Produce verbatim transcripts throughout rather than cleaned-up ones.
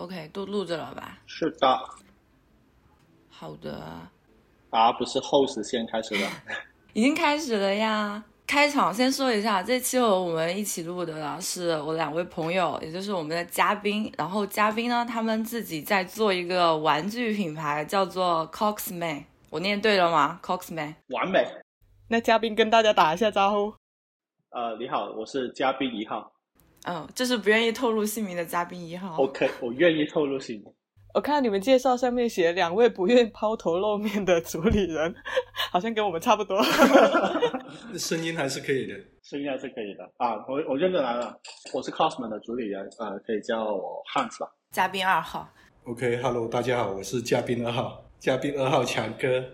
OK， 都录着了吧？ 是的。 好的。 啊，不是后时先开始的。 已经开始了呀。开场先说一下，这期和我们一起录的呢是我两位朋友，也就是我们的嘉宾。然后嘉宾呢，他们自己在做一个玩具品牌，叫做 Coxman。我念对了吗 ？Coxman。 完美。 那嘉宾跟大家打一下招呼。 呃，你好，我是嘉宾一号。 嗯，这是不愿意透露姓名的嘉宾一号。 OK， 我愿意透露姓名。 我看你们介绍上面写两位不愿抛头露面的主理人，好像跟我们差不多。 声音还是可以的， 声音还是可以的啊！我我认得来了，我是 Cosman 的主理人，呃，可以叫我 Hans 吧。 嘉宾二号。 OK，Hello，、okay, 大家好，我是嘉宾二号，嘉宾二号强哥。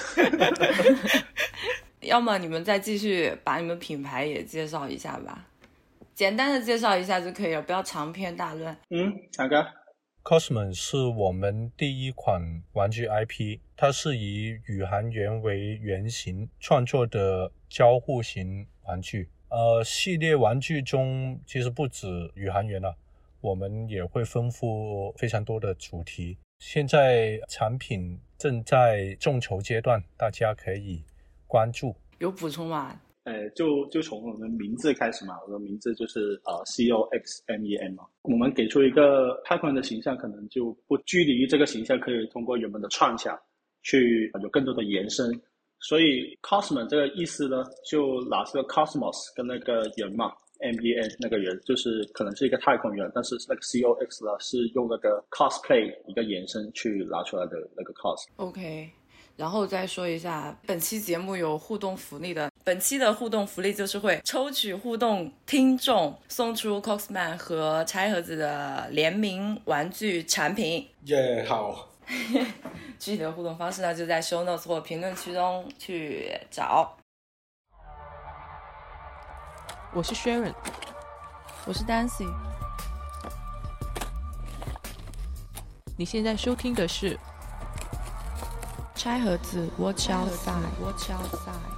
要么你们再继续把你们品牌也介绍一下吧，简单的介绍一下就可以了，不要长篇大论。 嗯，强哥。 Cosman 是我们第一款玩具 I P， 它是以宇航员为原型创作的交互型玩具。呃，系列玩具中其实不止宇航员了，我们也会丰富非常多的主题。现在产品正在众筹阶段，大家可以关注。 有补充吗？ 呃，就就从我们名字开始嘛，我的名字就是呃 C O X M E N 嘛。我们给出一个太空人的形象，可能就不拘泥于这个形象，可以通过人们的创想去有更多的延伸。所以 Cosman 这个意思呢，就拿这个 Cosmos 跟那个人嘛 M E N 那个人，就是可能是一个太空人，但是那个 C O X 呢是用那个 cosplay 一个延伸去拿出来的那个 cos。 OK， 然后再说一下本期节目有互动福利的。本期的互动福利就是会抽取互动听众送出 Coxman 和拆盒子的联名玩具产品。 耶、yeah, 好。 具体的互动方式呢，就在 show notes 或评论区中去找。 我是 Sharon， 我是 Dancy。 你现在收听的是拆盒子 Watch Outside Watch Outside。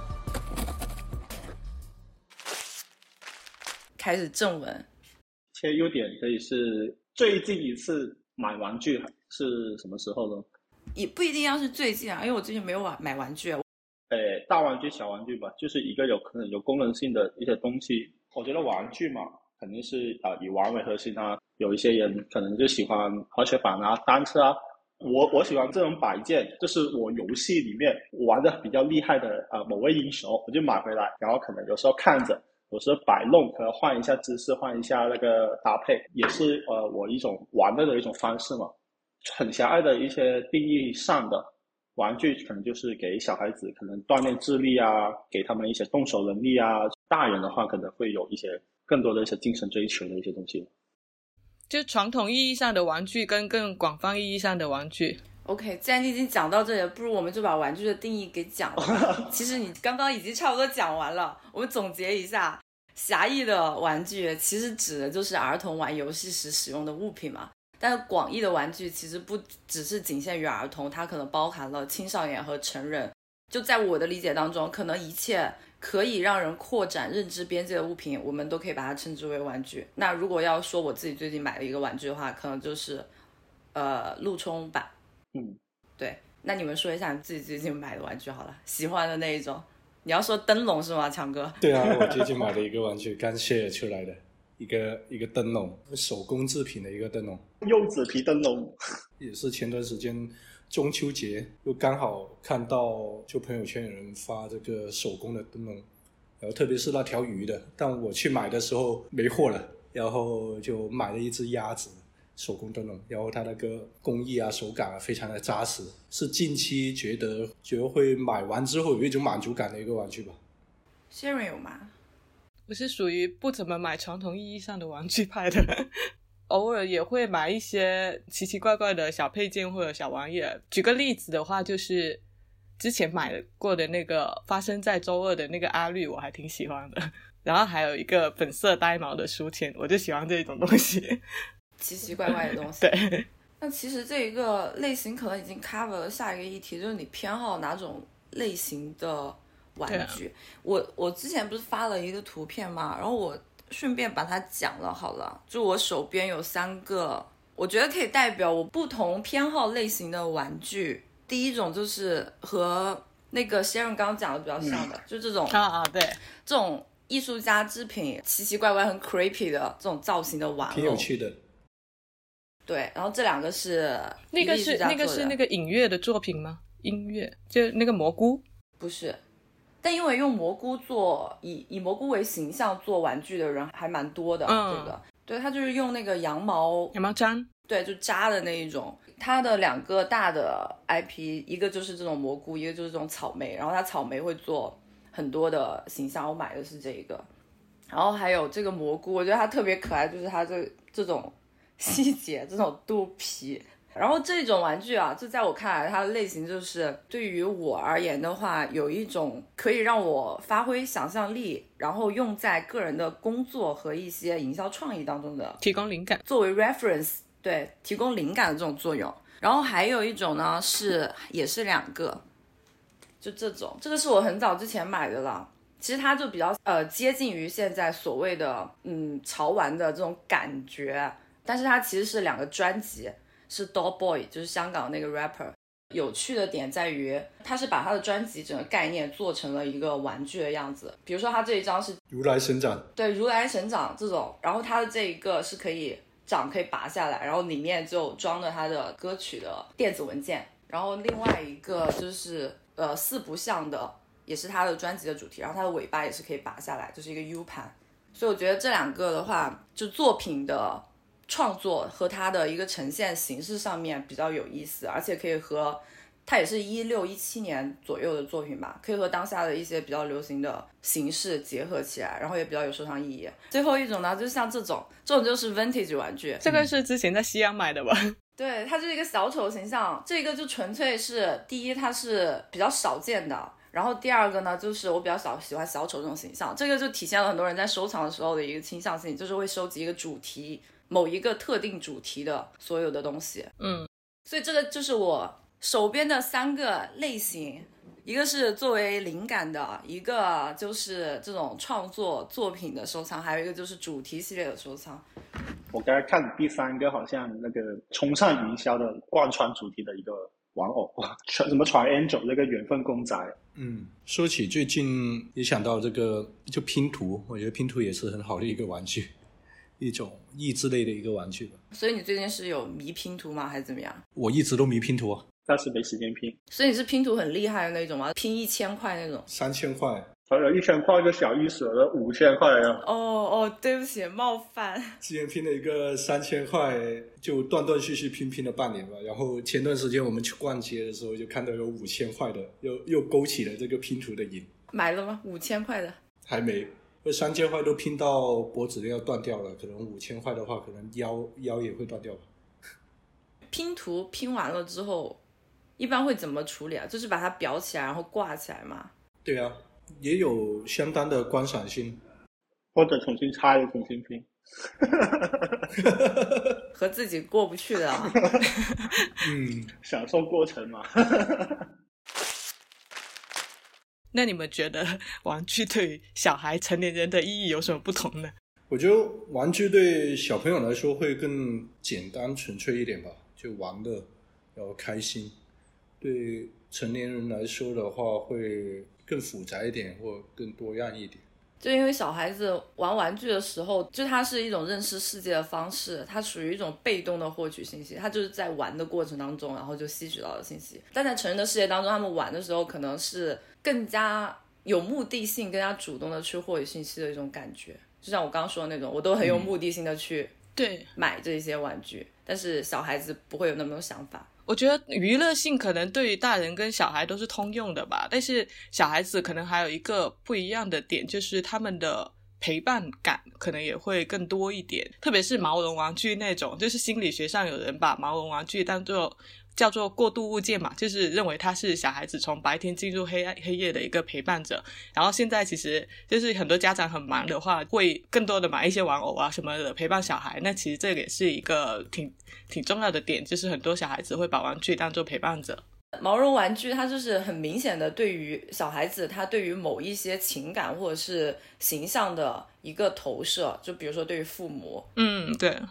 开始正文。 切优点可以是最近一次买玩具是什么时候呢？ 也不一定要是最近啊，因为我最近没有买玩具。呃， 大玩具小玩具吧，就是一个有可能有功能性的一些东西。我觉得玩具嘛肯定是、呃、以玩为核心啊，有一些人可能就喜欢滑雪板啊单车啊，我我喜欢这种摆件，就是我游戏里面玩的比较厉害的、呃、某位英雄，我就买回来，然后可能有时候看着，有时候摆弄，可能换一下姿势，换一下那个搭配，也是呃我一种玩的的一种方式嘛。很狭隘的一些定义上的玩具，可能就是给小孩子可能锻炼智力啊，给他们一些动手能力啊。大人的话可能会有一些更多的一些精神追求的一些东西。 就传统意义上的玩具跟更广泛意义上的玩具。 OK， 既然你已经讲到这里了，不如我们就把玩具的定义给讲了。其实你刚刚已经差不多讲完了，我们总结一下。狭义的玩具其实指的就是儿童玩游戏时使用的物品嘛，但是广义的玩具其实不只是仅限于儿童，它可能包含了青少年和成人。就在我的理解当中，可能一切可以让人扩展认知边界的物品，我们都可以把它称之为玩具。那如果要说我自己最近买了一个玩具的话，可能就是呃陆冲版。 嗯， 对。那你们说一下你自己最近买的玩具好了，喜欢的那一种。你要说灯笼是吗，强哥？ 对啊，我最近买了一个玩具，刚 share 出来的一个一个灯笼，手工制品的一个灯笼， 柚子皮灯笼， 也是前段时间中秋节就刚好看到就朋友圈有人发这个手工的灯笼，然后特别是那条鱼的，但我去买的时候没货了，然后就买了一只鸭子手工灯笼，然后它那个工艺啊手感啊非常的扎实，是近期觉得觉得会买完之后有一种满足感的一个玩具吧。 Sharon 有吗？ 我是属于不怎么买传统意义上的玩具派的，偶尔也会买一些奇奇怪怪的小配件或者小玩意儿。举个例子的话，就是之前买过的那个发生在周二的那个阿绿，我还挺喜欢的。然后还有一个粉色呆毛的书签，我就喜欢这种东西。 奇奇怪怪的东西。 对。 那其实这一个类型可能已经 cover 了下一个议题，就是你偏好哪种类型的玩具。啊、我我之前不是发了一个图片嘛，然后我顺便把它讲了好了。就我手边有三个我觉得可以代表我不同偏好类型的玩具。第一种就是和那个Sharon刚刚讲的比较像的，嗯、就这种啊啊对， 这种艺术家制品，奇奇怪怪很 creepy 的这种造型的玩偶， 挺有趣的。 对，然后这两个是那个是那个是那个影乐的作品吗？音乐就那个蘑菇不是，但因为用蘑菇做以以蘑菇为形象做玩具的人还蛮多的，嗯、这个对，他就是用那个羊毛羊毛毡， 对，就扎的那一种。它的两个大的 I P， 一个就是这种蘑菇，一个就是这种草莓，然后它草莓会做很多的形象，我买的是这一个。然后还有这个蘑菇，我觉得它特别可爱，就是它这这种细节，这种肚皮。然后这种玩具啊，就在我看来，它的类型就是对于我而言的话，有一种可以让我发挥想象力，然后用在个人的工作和一些营销创意当中的， 提供灵感， 作为 reference， 对，提供灵感的这种作用。然后还有一种呢，是也是两个，就这种，这个是我很早之前买的了。其实它就比较呃接近于现在所谓的嗯潮玩的这种感觉，但是它其实是两个专辑，是 Doll Boy， 就是香港那个 rapper。有趣的点在于，他是把他的专辑整个概念做成了一个玩具的样子。比如说他这一张是如来神掌， 对，如来神掌这种，然后他的这一个是可以掌可以拔下来，然后里面就装着他的歌曲的电子文件。然后另外一个就是呃四不像的，也是他的专辑的主题，然后他的尾巴也是可以拔下来，就是一个 U 盘。所以我觉得这两个的话，就作品的创作和它的一个呈现形式上面比较有意思，而且可以和它也是一六一七年左右的作品吧，可以和当下的一些比较流行的形式结合起来，然后也比较有收藏意义。最后一种呢，就像这种，这种就是 vintage 玩具。 这个是之前在西安买的吧？ 对，它就是一个小丑形象，这个就纯粹是第一，它是比较少见的。然后第二个呢，就是我比较小喜欢小丑这种形象，这个就体现了很多人在收藏的时候的一个倾向性，就是会收集一个主题，某一个特定主题的所有的东西。 嗯， 所以这个就是我手边的三个类型，一个是作为灵感的，一个就是这种创作作品的收藏，还有一个就是主题系列的收藏。 我刚才看第三个好像那个冲上云霄的贯穿主题的一个玩偶，什么传 Angel 那个缘分公仔。 嗯，说起最近也想到这个就拼图，我觉得拼图也是很好的一个玩具，一种益智类的一个玩具吧。 所以你最近是有迷拼图吗，还是怎么样？ 我一直都迷拼图啊， 但是没时间拼。 所以你是拼图很厉害的那种吗？拼一千块那种？ 三千块。 还有一千块就小意思了，五千块呀！ 哦哦，对不起，冒犯。 之前拼了一个三千块，就断断续续拼拼了半年吧。然后前段时间我们去逛街的时候，就看到有五千块的，又又勾起了这个拼图的瘾。 买了吗？五千块的还没，这三千块都拼到脖子都要断掉了，可能五千块的话，可能腰腰也会断掉吧。 拼图拼完了之后，一般会怎么处理啊？就是把它裱起来，然后挂起来吗？ 对啊。也有相当的观赏性， 或者重新拆重新拼。 和自己过不去的啊。 嗯，享受过程嘛。 那你们觉得玩具对小孩成年人的意义有什么不同呢？ 我觉得玩具对小朋友来说会更简单纯粹一点吧，就玩乐然后开心。对成年人来说的话会更复杂一点或更多样一点。 就因为小孩子玩玩具的时候，就它是一种认识世界的方式，它属于一种被动的获取信息，它就是在玩的过程当中然后就吸取到了信息。但在成人的世界当中，他们玩的时候可能是更加有目的性，更加主动的去获取信息的一种感觉。就像我刚刚说的那种，我都很有目的性的去对买这些玩具、嗯、但是小孩子不会有那么多想法。 我觉得娱乐性可能对于大人跟小孩都是通用的吧，但是小孩子可能还有一个不一样的点，就是他们的陪伴感可能也会更多一点，特别是毛绒玩具那种，就是心理学上有人把毛绒玩具当作叫做过渡物件嘛，就是认为它是小孩子从白天进入黑暗黑夜的一个陪伴者。然后现在其实就是很多家长很忙的话，会更多的买一些玩偶啊什么的陪伴小孩，那其实这个也是一个挺挺重要的点，就是很多小孩子会把玩具当作陪伴者。 毛绒玩具它就是很明显的对于小孩子，他对于某一些情感或者是形象的一个投射，就比如说对于父母。 嗯，对。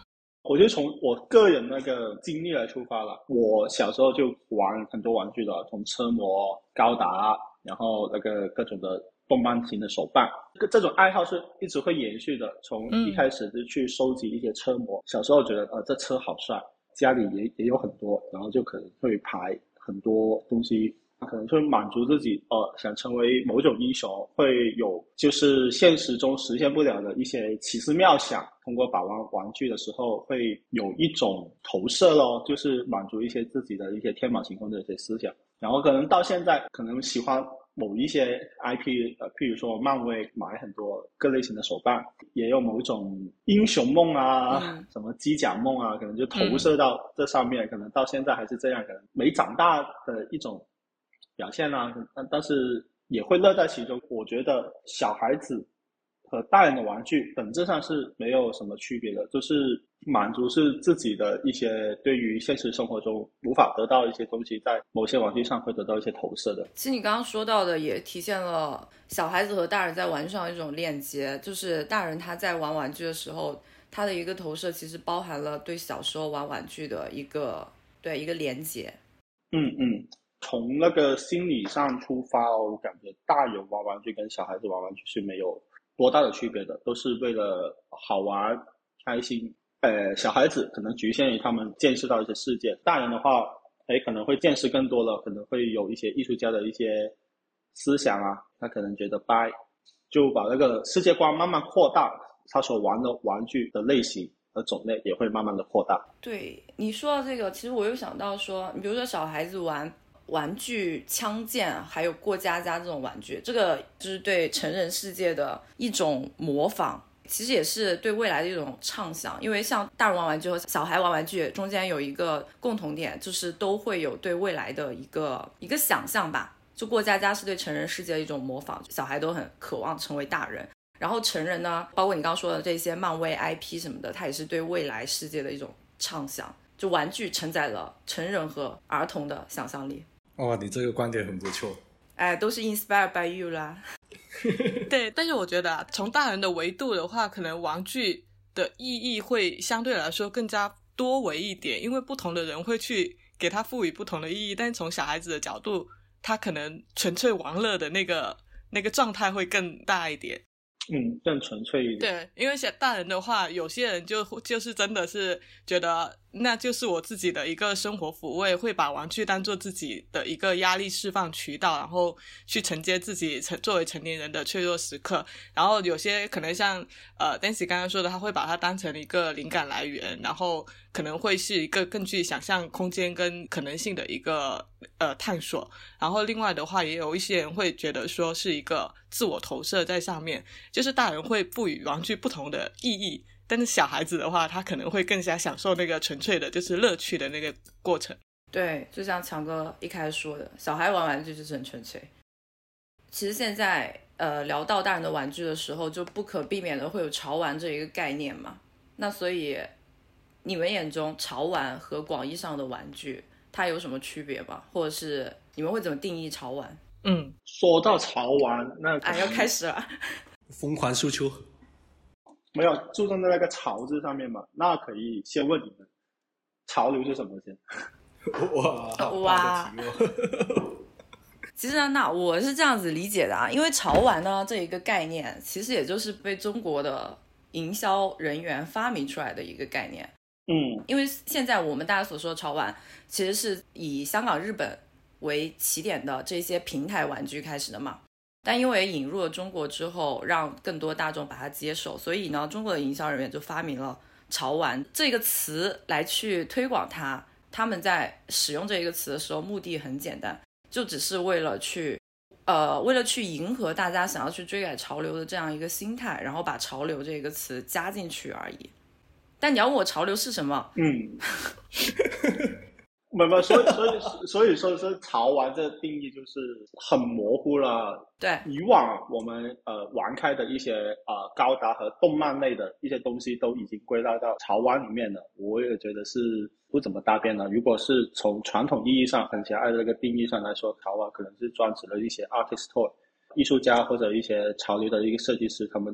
我就从我个人那个经历来出发了。我小时候就玩很多玩具的，从车模、高达，然后那个各种的动漫型的手办，这种爱好是一直会延续的。从一开始就去收集一些车模，嗯、小时候觉得呃这车好帅，家里也也有很多，然后就可能会排很多东西。可能会满足自己呃想成为某种英雄，会有就是现实中实现不了的一些奇思妙想，通过把玩玩具的时候会有一种投射咯，就是满足一些自己的一些天马行空的一些思想。然后可能到现在可能喜欢某一些 I P， 呃，譬如说漫威，买很多各类型的手办，也有某种英雄梦啊、嗯、什么机甲梦啊，可能就投射到这上面、嗯、可能到现在还是这样，可能没长大的一种表现啊，但是也会乐在其中。我觉得小孩子和大人的玩具本质上是没有什么区别的，就是满足是自己的一些对于现实生活中无法得到一些东西，在某些玩具上会得到一些投射的。 其实你刚刚说到的也体现了小孩子和大人在玩具上的一种链接，就是大人他在玩玩具的时候，他的一个投射其实包含了对小时候玩玩具的一个对一个连接。 嗯嗯。从那个心理上出发，我感觉大人玩玩具跟小孩子玩玩具是没有多大的区别的，都是为了好玩开心。呃，小孩子可能局限于他们见识到一些世界，大人的话诶可能会见识更多了，可能会有一些艺术家的一些思想啊，他可能觉得掰，就把那个世界观慢慢扩大，他所玩的玩具的类型和种类也会慢慢的扩大。 对，你说到这个，其实我有想到说，你比如说小孩子玩玩具枪剑还有过家家这种玩具，这个就是对成人世界的一种模仿，其实也是对未来的一种畅想。因为像大人玩玩具和小孩玩玩具中间有一个共同点，就是都会有对未来的一个一个想象吧。就过家家是对成人世界的一种模仿，小孩都很渴望成为大人，然后成人呢，包括你刚刚说的这些漫威 I P 什么的，它也是对未来世界的一种畅想。就玩具承载了成人和儿童的想象力。 哇，你这个观点很不错。 哎，都是 inspired by you 啦。 对，但是我觉得啊，从大人的维度的话，可能玩具的意义会相对来说更加多维一点，因为不同的人会去给它赋予不同的意义。但是从小孩子的角度，他可能纯粹玩乐的那个那个状态会更大一点。 嗯，更纯粹一点。 对，因为像大人的话，有些人就就是真的是觉得那就是我自己的一个生活抚慰，会把玩具当做自己的一个压力释放渠道，然后去承接自己成作为成年人的脆弱时刻。然后有些可能像呃 Dancy 刚刚说的，他会把它当成一个灵感来源，然后可能会是一个更具想象空间跟可能性的一个呃探索。然后另外的话，也有一些人会觉得说是一个自我投射在上面，就是大人会赋予玩具不同的意义，但是小孩子的话，他可能会更加享受那个纯粹的就是乐趣的那个过程。 对，就像强哥一开始说的，小孩玩玩具就是很纯粹。其实现在呃聊到大人的玩具的时候，就不可避免的会有潮玩这一个概念嘛。那所以你们眼中潮玩和广义上的玩具它有什么区别吗？或者是你们会怎么定义潮玩？ 嗯， 说到潮玩，那哎，要开始了。 疯狂输出， 没有注重在那个潮字上面嘛？那可以先问你们，潮流是什么先？ 哇哇！其实呢，那我是这样子理解的啊，因为潮玩呢这一个概念，其实也就是被中国的营销人员发明出来的一个概念。 嗯， 因为现在我们大家所说的潮玩，其实是以香港、日本为起点的这些平台玩具开始的嘛。但因为引入了中国之后，让更多大众把它接受，所以呢，中国的营销人员就发明了潮玩这个词来去推广它。他们在使用这个词的时候，目的很简单，就只是为了去呃，为了去迎合大家想要去追赶潮流的这样一个心态，然后把潮流这个词加进去而已。但你要问我潮流是什么？ 嗯，没有，所以所以所以说是潮玩这个定义就是很模糊了。 对， 以往我们呃玩开的一些呃高达和动漫类的一些东西都已经归纳到潮玩里面了，我也觉得是不怎么搭边了。如果是从传统意义上很狭隘的这个定义上来说，潮玩可能是专指了一些 artist toy 艺术家或者一些潮流的一个设计师，他们有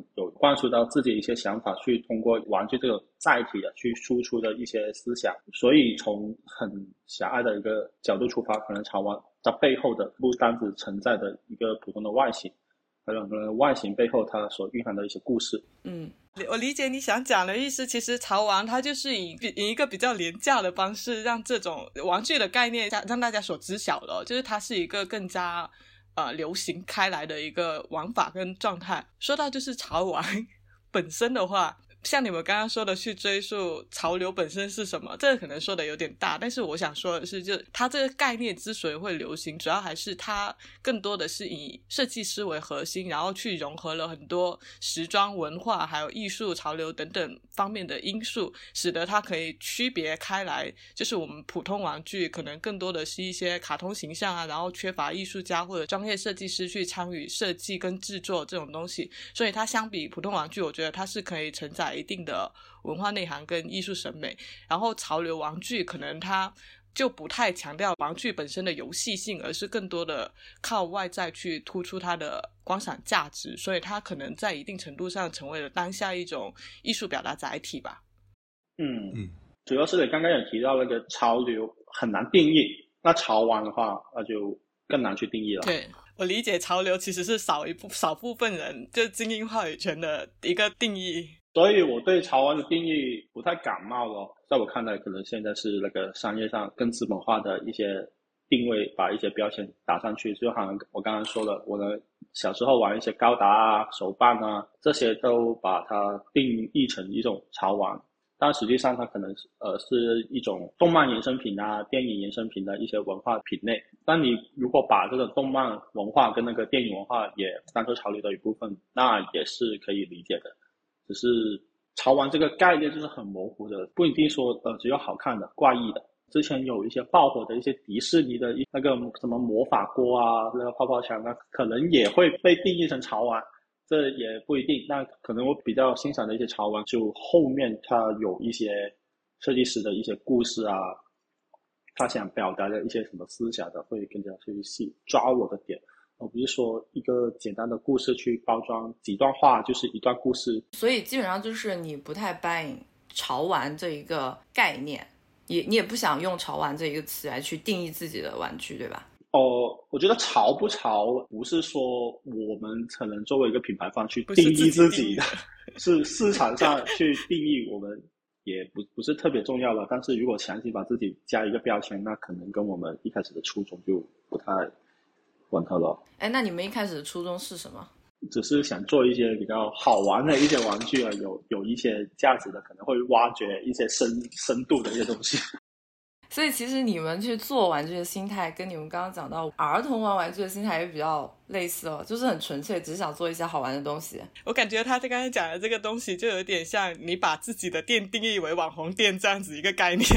灌输到自己一些想法，去通过玩具这种载体的去输出的一些思想。所以从很狭隘的一个角度出发，可能潮玩它背后的不单只存在的一个普通的外形，还有可能外形背后它所蕴含的一些故事。 嗯，我理解你想讲的意思，其实潮玩它就是以以一个比较廉价的方式让这种玩具的概念让大家所知晓的，就是它是一个更加呃流行开来的一个玩法跟状态。说到就是潮玩本身的话，像你们刚刚说的去追溯潮流本身是什么，这个可能说的有点大，但是我想说的是，就它这个概念之所以会流行，主要还是它更多的是以设计师为核心，然后去融合了很多时装文化还有艺术潮流等等方面的因素，使得它可以区别开来，就是我们普通玩具可能更多的是一些卡通形象啊，然后缺乏艺术家或者专业设计师去参与设计跟制作这种东西，所以它相比普通玩具，我觉得它是可以承载一定的文化内涵跟艺术审美。然后潮流玩具可能它就不太强调玩具本身的游戏性，而是更多的靠外在去突出它的观赏价值，所以它可能在一定程度上成为了当下一种艺术表达载体吧。 嗯嗯，主要是你刚刚有提到那个潮流很难定义，那潮玩的话那就更难去定义了。 对，我理解潮流其实是少一部少部分人就精英话语权的一个定义， 所以我对潮玩的定义不太感冒咯。在我看来，可能现在是那个商业上更资本化的一些定位，把一些标签打上去，就好像我刚刚说的，我的小时候玩一些高达啊、手办啊，这些都把它定义成一种潮玩，但实际上它可能呃是一种动漫衍生品啊、电影衍生品的一些文化品类。但你如果把这个动漫文化跟那个电影文化也当作潮流的一部分，那也是可以理解的。只是潮玩这个概念就是很模糊的，不一定说呃只有好看的、怪异的。之前有一些爆火的一些迪士尼的那个什么魔法锅啊、那个泡泡枪啊，可能也会被定义成潮玩，这也不一定。那可能我比较欣赏的一些潮玩，就后面它有一些设计师的一些故事啊，他想表达的一些什么思想的，会更加去细抓我的点。而不是说一个简单的故事去包装几段话就是一段故事。 所以基本上就是你不太 buy潮玩这一个概念，也你也不想用潮玩这一个词来去定义自己的玩具，对吧？ 哦，我觉得潮不潮不是说我们可能作为一个品牌方去定义自己的，是市场上去定义我们也不不是特别重要的。但是如果强行把自己加一个标签，那可能跟我们一开始的初衷就不太吻合了。 哎，那你们一开始的初衷是什么？ 只是想做一些比较好玩的一些玩具啊，有有一些价值的，可能会挖掘一些深深度的一些东西。 所以其实你们去做玩具的心态跟你们刚刚讲到儿童玩玩具的心态也比较类似哦，就是很纯粹，只是想做一些好玩的东西。 我感觉他刚才讲的这个东西就有点像你把自己的店定义为网红店这样子一个概念。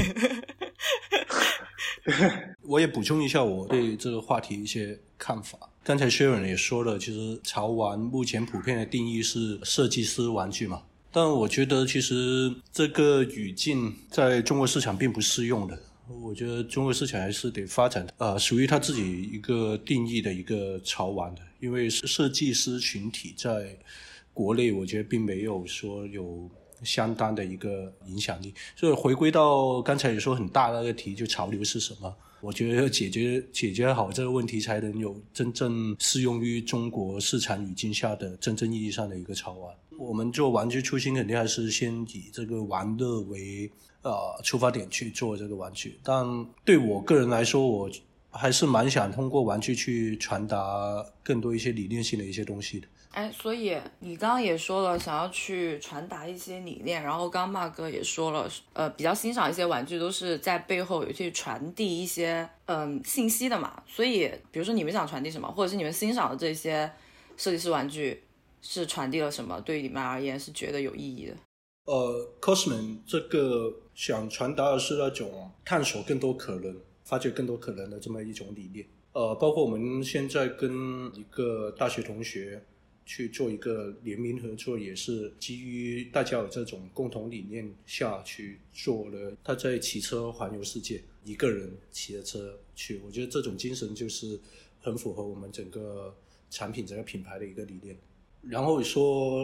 我也补充一下我对这个话题一些看法。刚才 Sharon 也说了，其实潮玩目前普遍的定义是设计师玩具嘛，但我觉得其实这个语境在中国市场并不适用的。我觉得中国市场还是得发展呃属于他自己一个定义的一个潮玩的，因为设计师群体在国内我觉得并没有说有相当的一个影响力。所以回归到刚才也说很大的那个题，就潮流是什么，我觉得要解决解决好这个问题，才能有真正适用于中国市场语境下的真正意义上的一个潮玩。我们做玩具初心肯定还是先以这个玩乐为呃出发点去做这个玩具，但对我个人来说，我还是蛮想通过玩具去传达更多一些理念性的一些东西的。 哎，所以你刚刚也说了想要去传达一些理念，然后刚刚 Mark 哥也说了呃，比较欣赏一些玩具都是在背后有去传递一些嗯、呃、信息的嘛。所以比如说你们想传递什么，或者是你们欣赏的这些设计师玩具是传递了什么，对你们而言是觉得有意义的。 呃 Cosman 这个想传达的是那种探索更多可能，发掘更多可能的这么一种理念。呃，包括我们现在跟一个大学同学去做一个联名合作，也是基于大家有这种共同理念下去做了。他在骑车环游世界，一个人骑着车去，我觉得这种精神就是很符合我们整个产品整个品牌的一个理念。然后说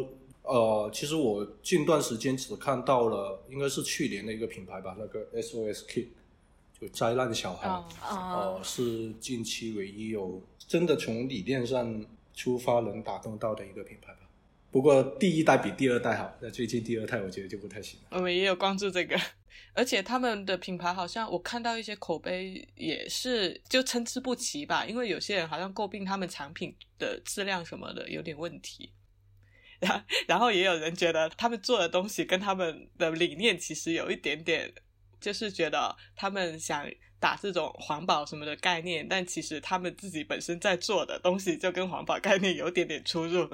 呃，其实我近段时间只看到了，应该是去年的一个品牌吧，那个 S O S Kid， 就灾难小孩，哦、 呃， 是近期唯一有真的从理念上出发能打动到的一个品牌吧。不过第一代比第二代好，那最近第二代我觉得就不太行了。 我们也有关注这个，而且他们的品牌好像我看到一些口碑也是就参差不齐吧，因为有些人好像诟病他们产品的质量什么的有点问题，然然后也有人觉得他们做的东西跟他们的理念其实有一点点，就是觉得他们想打这种环保什么的概念，但其实他们自己本身在做的东西就跟环保概念有点点出入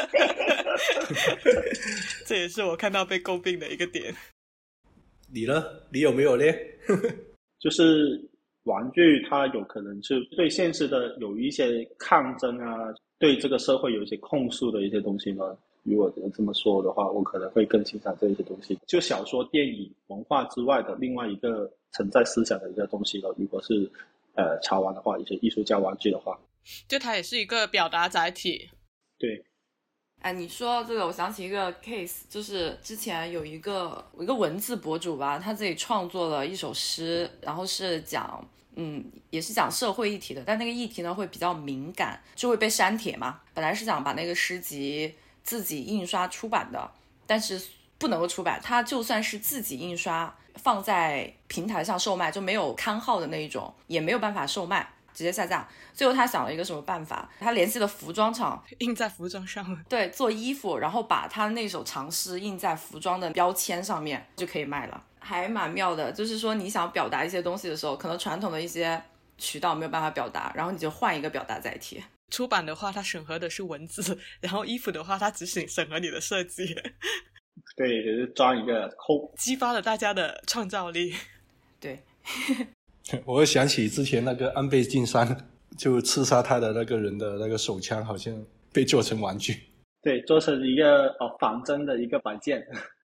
这也是我看到被诟病的一个点。 你呢？你有没有呢？ 就是玩具它有可能是对现实的有一些抗争啊，对这个社会有一些控诉的一些东西呢，如果这么说的话，我可能会更欣赏这一些东西，就小说电影文化之外的另外一个承载思想的一个东西了。如果是呃潮玩的话，一些艺术家玩具的话， 就它也是一个表达载体。 对。 哎，你说到这个，我想起一个 case， 就是之前有一个一个文字博主吧，他自己创作了一首诗，然后是讲，嗯，也是讲社会议题的，但那个议题呢会比较敏感，就会被删帖嘛。本来是想把那个诗集自己印刷出版的，但是不能够出版，它就算是自己印刷放在平台上售卖，就没有刊号的那一种，也没有办法售卖，直接下架。最后他想了一个什么办法，他联系了服装厂， 印在服装上了， 对，做衣服，然后把他那首长诗印在服装的标签上面，就可以卖了，还蛮妙的。就是说你想表达一些东西的时候，可能传统的一些渠道没有办法表达，然后你就换一个表达载体。 出版的话它审核的是文字，然后衣服的话它只审审核你的设计， 对，就是装一个扣， 激发了大家的创造力。 对我会想起之前那个安倍晋三就刺杀他的那个人的那个手枪好像被做成玩具， 对，做成一个呃仿真的一个摆件。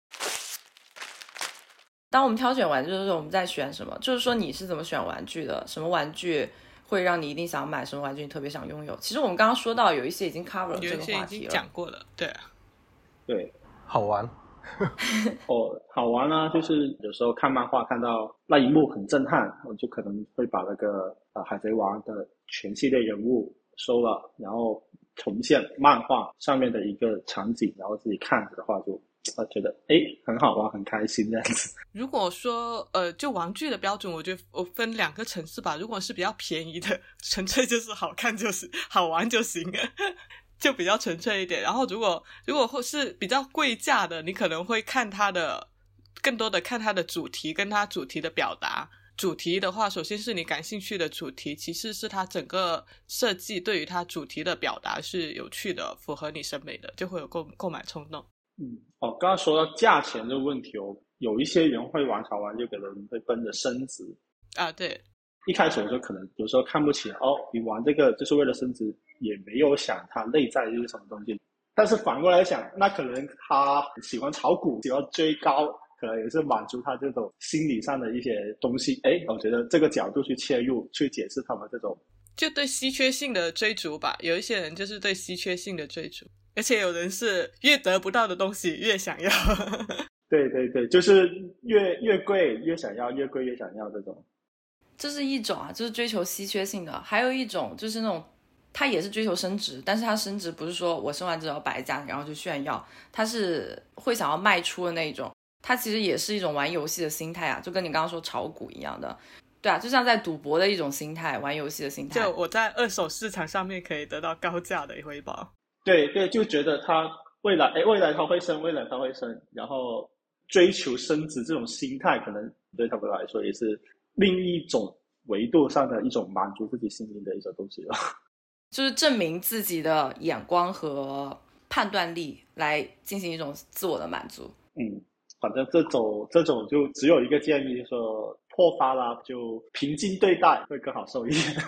当我们挑选玩具的时候，我们在选什么？就是说你是怎么选玩具的？什么玩具会让你一定想买？什么玩具你特别想拥有？其实我们刚刚说到有一些已经 cover 了这个话题了， 有一些已经讲过了。对对， 好玩哦，好玩啊！就是有时候看漫画看到那一幕很震撼，我就可能会把那个呃海贼王的全系列人物收了，然后重现漫画上面的一个场景，然后自己看着的话就我觉得诶很好玩，很开心这样子。 如果说呃就玩具的标准，我觉得我分两个层次吧。如果是比较便宜的，纯粹就是好看就是好玩就行了，就比较纯粹一点。然后如果如果是比较贵价的，你可能会看它的更多的看它的主题跟它主题的表达。主题的话，首先是你感兴趣的主题，其次是它整个设计对于它主题的表达是有趣的，符合你审美的，就会有购购买冲动。 嗯，哦，刚刚说到价钱这个问题哦，有一些人会玩潮玩，就可能会奔着升值啊。对， 一开始我就可能有时候看不起哦，你玩这个就是为了升值，也没有想它内在是什么东西。但是反过来想，那可能他喜欢炒股，喜欢追高，可能也是满足他这种心理上的一些东西。诶，我觉得这个角度去切入，去解释他们这种就对稀缺性的追逐吧。有一些人就是对稀缺性的追逐，而且有人是越得不到的东西越想要。 对对对，就是越越贵越想要，越贵越想要这种。 这是一种啊，就是追求稀缺性的。还有一种就是那种他也是追求升值，但是他升值不是说我升完之后摆在家里然后就炫耀，他是会想要卖出的那一种。他其实也是一种玩游戏的心态啊，就跟你刚刚说炒股一样的。对啊，就像在赌博的一种心态，玩游戏的心态。 就我在二手市场上面可以得到高价的回报。 对对，就觉得他未来诶未来他会升，未来他会升，然后追求升值这种心态，可能对他们来说也是另一种维度上的一种满足自己心灵的一种东西了。 就是证明自己的眼光和判断力来进行一种自我的满足。 嗯，反正这种这种就只有一个建议，说破发啦就平静对待会更好受一点。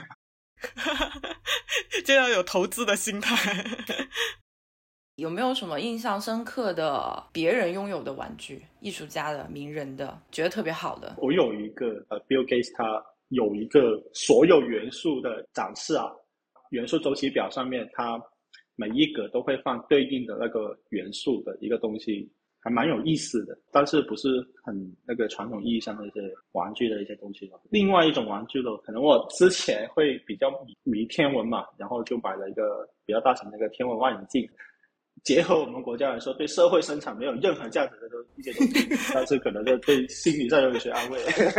就要有投资的心态。 有没有什么印象深刻的别人拥有的玩具，艺术家的、名人的，觉得特别好的？ 我有一个呃 Bill Gates 他有一个所有元素的展示啊，元素周期表上面他每一格都会放对应的那个元素的一个东西，还蛮有意思的，但是不是很那个传统意义上的一些玩具的一些东西了。另外一种玩具了，可能我之前会比较迷迷天文嘛，然后就买了一个比较大型的一个天文望远镜，结合我们国家来说对社会生产没有任何价值的一些东西，但是可能就对心理上有一些安慰。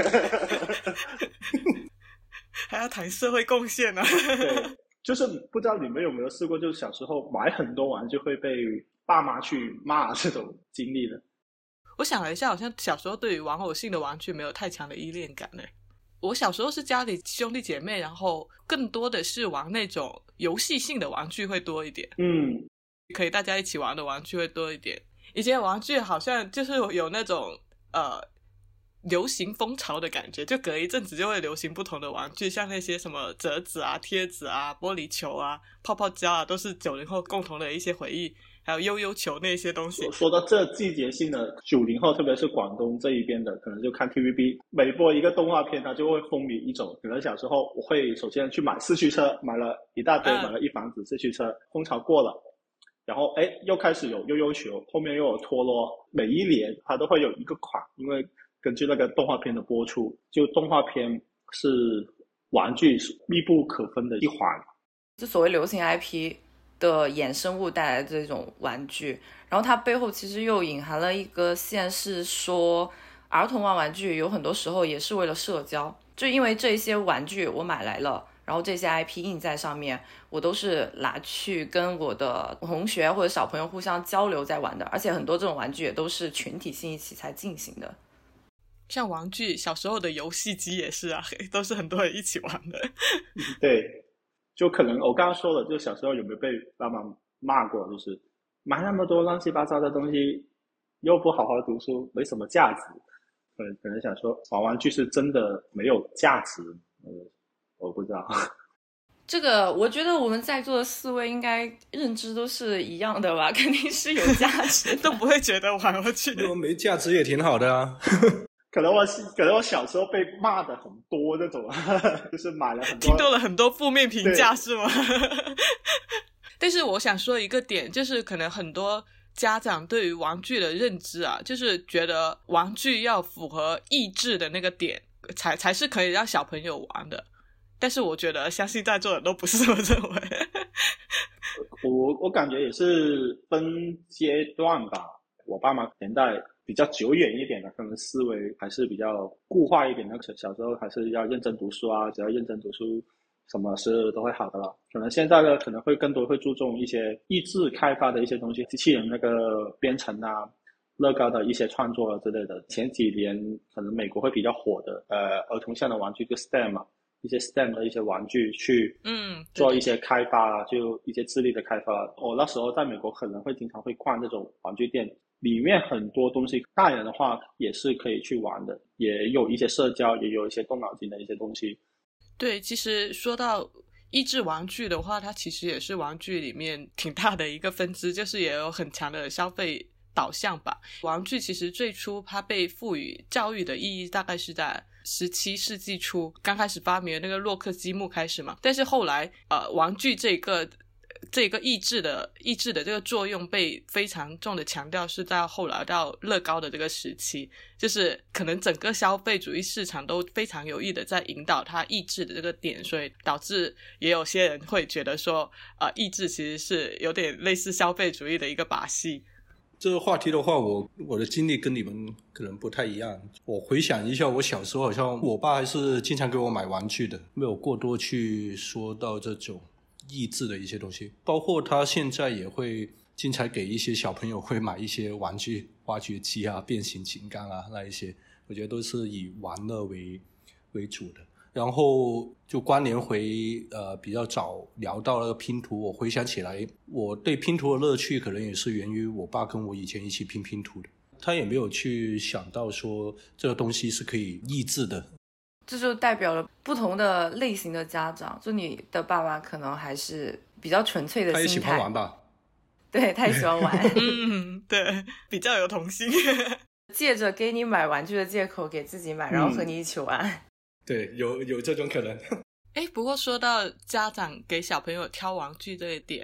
还要谈社会贡献呢、啊。 对，就是不知道你们有没有试过，就是小时候买很多玩具会被爸妈去骂这种经历的。 我想了一下，好像小时候对于玩偶性的玩具没有太强的依恋感呢。我小时候是家里兄弟姐妹，然后更多的是玩那种游戏性的玩具会多一点。 嗯， 可以大家一起玩的玩具会多一点。以前玩具好像就是有那种呃流行风潮的感觉，就隔一阵子就会流行不同的玩具，像那些什么折纸啊、贴纸啊、玻璃球啊、泡泡胶啊，都是九零后共同的一些回忆，还有悠悠球那些东西。 说到这季节性的，九零后特别是广东这一边的，可能就看 T V B， 每播一个动画片它就会风靡一种。可能小时候我会首先去买四驱车，买了一大堆、嗯、买了一房子四驱车，风潮过了，然后哎又开始有悠悠球，后面又有陀螺，每一年它都会有一个款，因为根据那个动画片的播出，就动画片是玩具密不可分的一环。 就所谓流行 I P 的衍生物带来的这种玩具，然后它背后其实又隐含了一个线，是说儿童玩玩具有很多时候也是为了社交，就因为这些玩具我买来了，然后这些 I P 印在上面，我都是拿去跟我的同学或者小朋友互相交流在玩的，而且很多这种玩具也都是群体性一起才进行的。 像玩具小时候的游戏机也是啊，都是很多人一起玩的。 对，就可能我刚刚说了，就小时候有没有被爸妈骂过，就是买那么多乱七八糟的东西又不好好读书，没什么价值。可能可能想说玩玩具是真的没有价值，呃，我不知道。 这个我觉得我们在座的四位应该认知都是一样的吧，肯定是有价值都不会觉得玩玩具如果没价值也挺好的啊。 可能我可能我小时候被骂的很多这种，就是买了很多， 听到了很多负面评价是吗？但是我想说一个点，就是可能很多家长对于玩具的认知啊，就是觉得玩具要符合益智的那个点，才才是可以让小朋友玩的。但是我觉得相信在座的都不是这么认为。 我我感觉也是分阶段吧，我爸妈年代比较久远一点的，可能思维还是比较固化一点的，小时候还是要认真读书啊，只要认真读书什么事都会好的了。可能现在呢可能会更多会注重一些益智开发的一些东西，机器人那个编程啊，乐高的一些创作啊之类的。前几年可能美国会比较火的呃儿童向的玩具就 S T E M 嘛，一些 S T E M 的一些玩具去嗯做一些开发啊，就一些智力的开发。我那时候在美国可能会经常会逛这种玩具店，里面很多东西大人的话也是可以去玩的，也有一些社交，也有一些动脑筋的一些东西。 对，其实说到益智玩具的话，它其实也是玩具里面挺大的一个分支，就是也有很强的消费导向吧。玩具其实最初它被赋予教育的意义大概是在十七世纪初刚开始发明那个洛克积木开始嘛，但是后来呃，玩具这个这个益智的益智的这个作用被非常重的强调，是在后来到乐高的这个时期，就是可能整个消费主义市场都非常有意的在引导它益智的这个点，所以导致也有些人会觉得说呃，益智其实是有点类似消费主义的一个把戏。 这个话题的话，我我的经历跟你们可能不太一样。我回想一下，我小时候好像我爸还是经常给我买玩具的，没有过多去说到这种益智的一些东西。包括他现在也会经常给一些小朋友会买一些玩具，挖掘机啊、变形金刚啊那一些，我觉得都是以玩乐为为主的。然后就关联回呃比较早聊到那个拼图，我回想起来我对拼图的乐趣可能也是源于我爸跟我以前一起拼拼图的，他也没有去想到说这个东西是可以益智的。 这就代表了不同的类型的家长，就你的爸爸可能还是比较纯粹的心态， 他也喜欢玩吧， 对，他也喜欢玩嗯，对，比较有童心借着给你买玩具的借口给自己买，然后和你一起玩、嗯、 对，有有这种可能。 诶，不过说到家长给小朋友挑玩具这一点啊，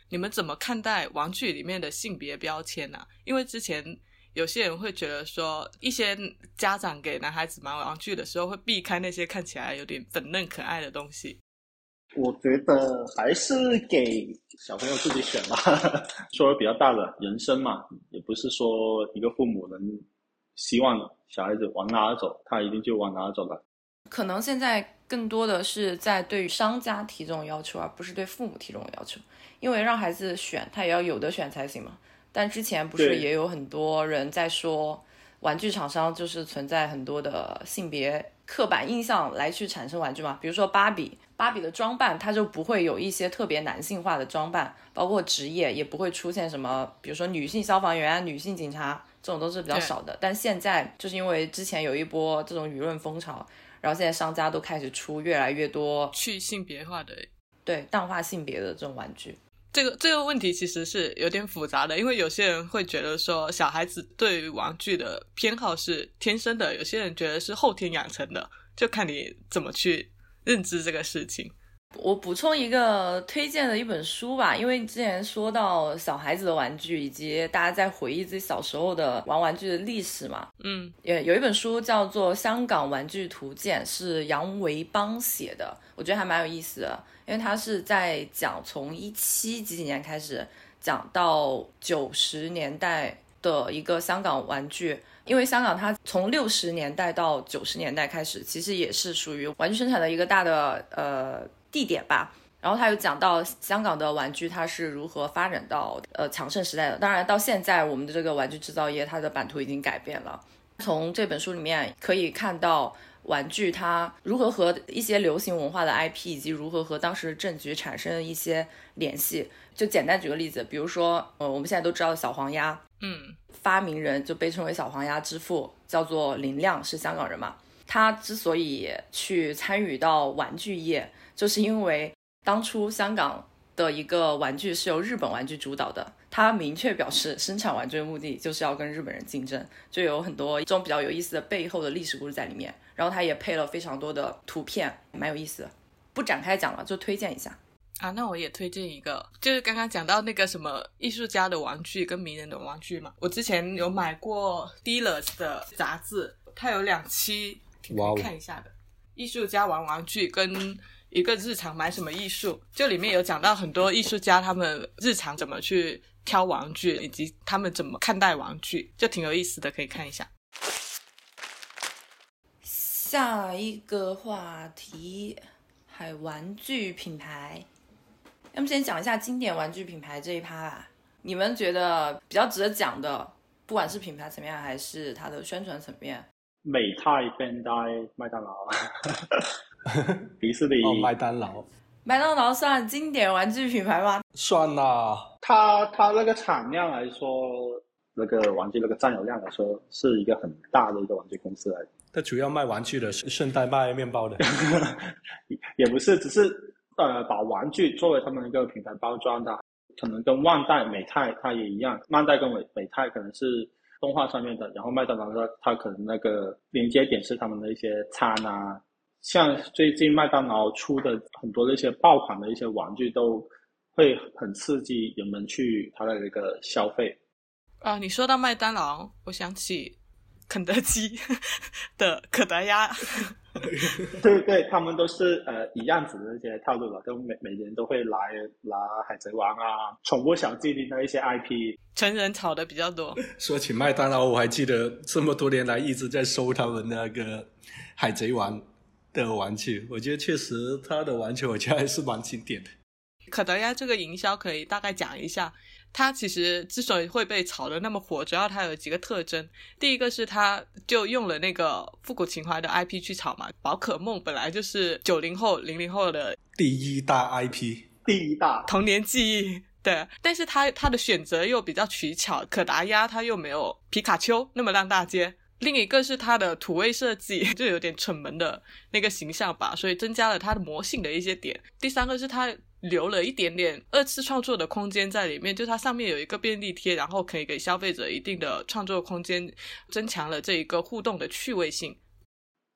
你们怎么看待玩具里面的性别标签呢？因为之前有些人会觉得说，一些家长给男孩子买玩具的时候会避开那些看起来有点粉嫩可爱的东西。 我觉得还是给小朋友自己选吧。说的比较大的人生嘛，也不是说一个父母能希望小孩子往哪儿走，他一定就往哪儿走了。 可能现在更多的是在对于商家提这种要求，而不是对父母提这种要求。因为让孩子选，他也要有的选才行嘛。但之前不是也有很多人在说，玩具厂商就是存在很多的性别刻板印象来去产生玩具嘛。比如说芭比，芭比的装扮它就不会有一些特别男性化的装扮，包括职业也不会出现什么，比如说女性消防员、女性警察，这种都是比较少的。但现在就是因为之前有一波这种舆论风潮，然后现在商家都开始出越来越多去性别化的， 对，淡化性别的这种玩具。 这个这个问题其实是有点复杂的，因为有些人会觉得说小孩子对于玩具的偏好是天生的，有些人觉得是后天养成的，就看你怎么去认知这个事情。 我补充一个推荐的一本书吧，因为之前说到小孩子的玩具以及大家在回忆自己小时候的玩玩具的历史嘛， 嗯， 也有一本书叫做《香港玩具图鉴》，是杨维邦写的，我觉得还蛮有意思的，因为他是在讲从一七几几年开始讲到九十年代的一个香港玩具。因为香港它从六十年代到九十年代开始，其实也是属于玩具生产的一个大的呃地点吧。然后他有讲到香港的玩具它是如何发展到呃强盛时代的。当然到现在我们的这个玩具制造业它的版图已经改变了。从这本书里面可以看到玩具它如何和一些流行文化的 I P 以及如何和当时的政局产生一些联系。就简单举个例子，比如说呃我们现在都知道小黄鸭， 嗯， 发明人就被称为小黄鸭之父，叫做林亮，是香港人嘛。他之所以去参与到玩具业，就是因为当初香港的一个玩具是由日本玩具主导的，他明确表示生产玩具的目的就是要跟日本人竞争，就有很多这种比较有意思的背后的历史故事在里面。然后他也配了非常多的图片，蛮有意思的，不展开讲了，就推荐一下啊。那我也推荐一个，就是刚刚讲到那个什么艺术家的玩具跟名人的玩具嘛，我之前有买过 Dealers 的杂志，它有两期可以看一下的，艺术家玩玩具跟一个日常买什么艺术，就里面有讲到很多艺术家他们日常怎么去挑玩具以及他们怎么看待玩具，就挺有意思的，可以看一下。 下一个话题，还玩具品牌。要么先讲一下经典玩具品牌这一趴吧。你们觉得比较值得讲的，不管是品牌层面还是它的宣传层面？ 美泰、便当、麦当劳、迪士尼。 哦，麦当劳。 麦当劳算经典玩具品牌吗？ 算啦。 它它那个产量来说，那个玩具那个占有量来说，是一个很大的一个玩具公司来的。 它主要卖玩具的，顺带卖面包的。 也不是，只是呃把玩具作为他们一个品牌包装的，可能跟万代、美泰它也一样，万代跟美美泰可能是动画上面的，然后麦当劳它它可能那个连接点是他们的一些餐啊，像最近麦当劳出的很多的一些爆款的一些玩具，都会很刺激人们去它的一个消费。 啊，你说到麦当劳，我想起肯德基的可达鸭。 对对，他们都是呃一样子的一些套路了，都每每年都会来拿海贼王啊、宠物小精灵的一些 I P， 成人炒的比较多。 说起麦当劳，我还记得这么多年来一直在收他们那个海贼王的玩具，我觉得确实他的玩具我觉得还是蛮经典的。 可达鸭这个营销可以大概讲一下，它其实之所以会被炒得那么火，主要它有几个特征。第一个是它就用了那个复古情怀的 I P 去炒嘛，宝可梦本来就是九零后零零后的第一大 I P， 第一大童年记忆。对，但是它它的选择又比较取巧，可达鸭它又没有皮卡丘那么烂大街。另一个是它的土味设计，就有点蠢萌的那个形象吧，所以增加了它的魔性的一些点。第三个是它留了一点点二次创作的空间在里面，就它上面有一个便利贴，然后可以给消费者一定的创作空间，增强了这一个互动的趣味性。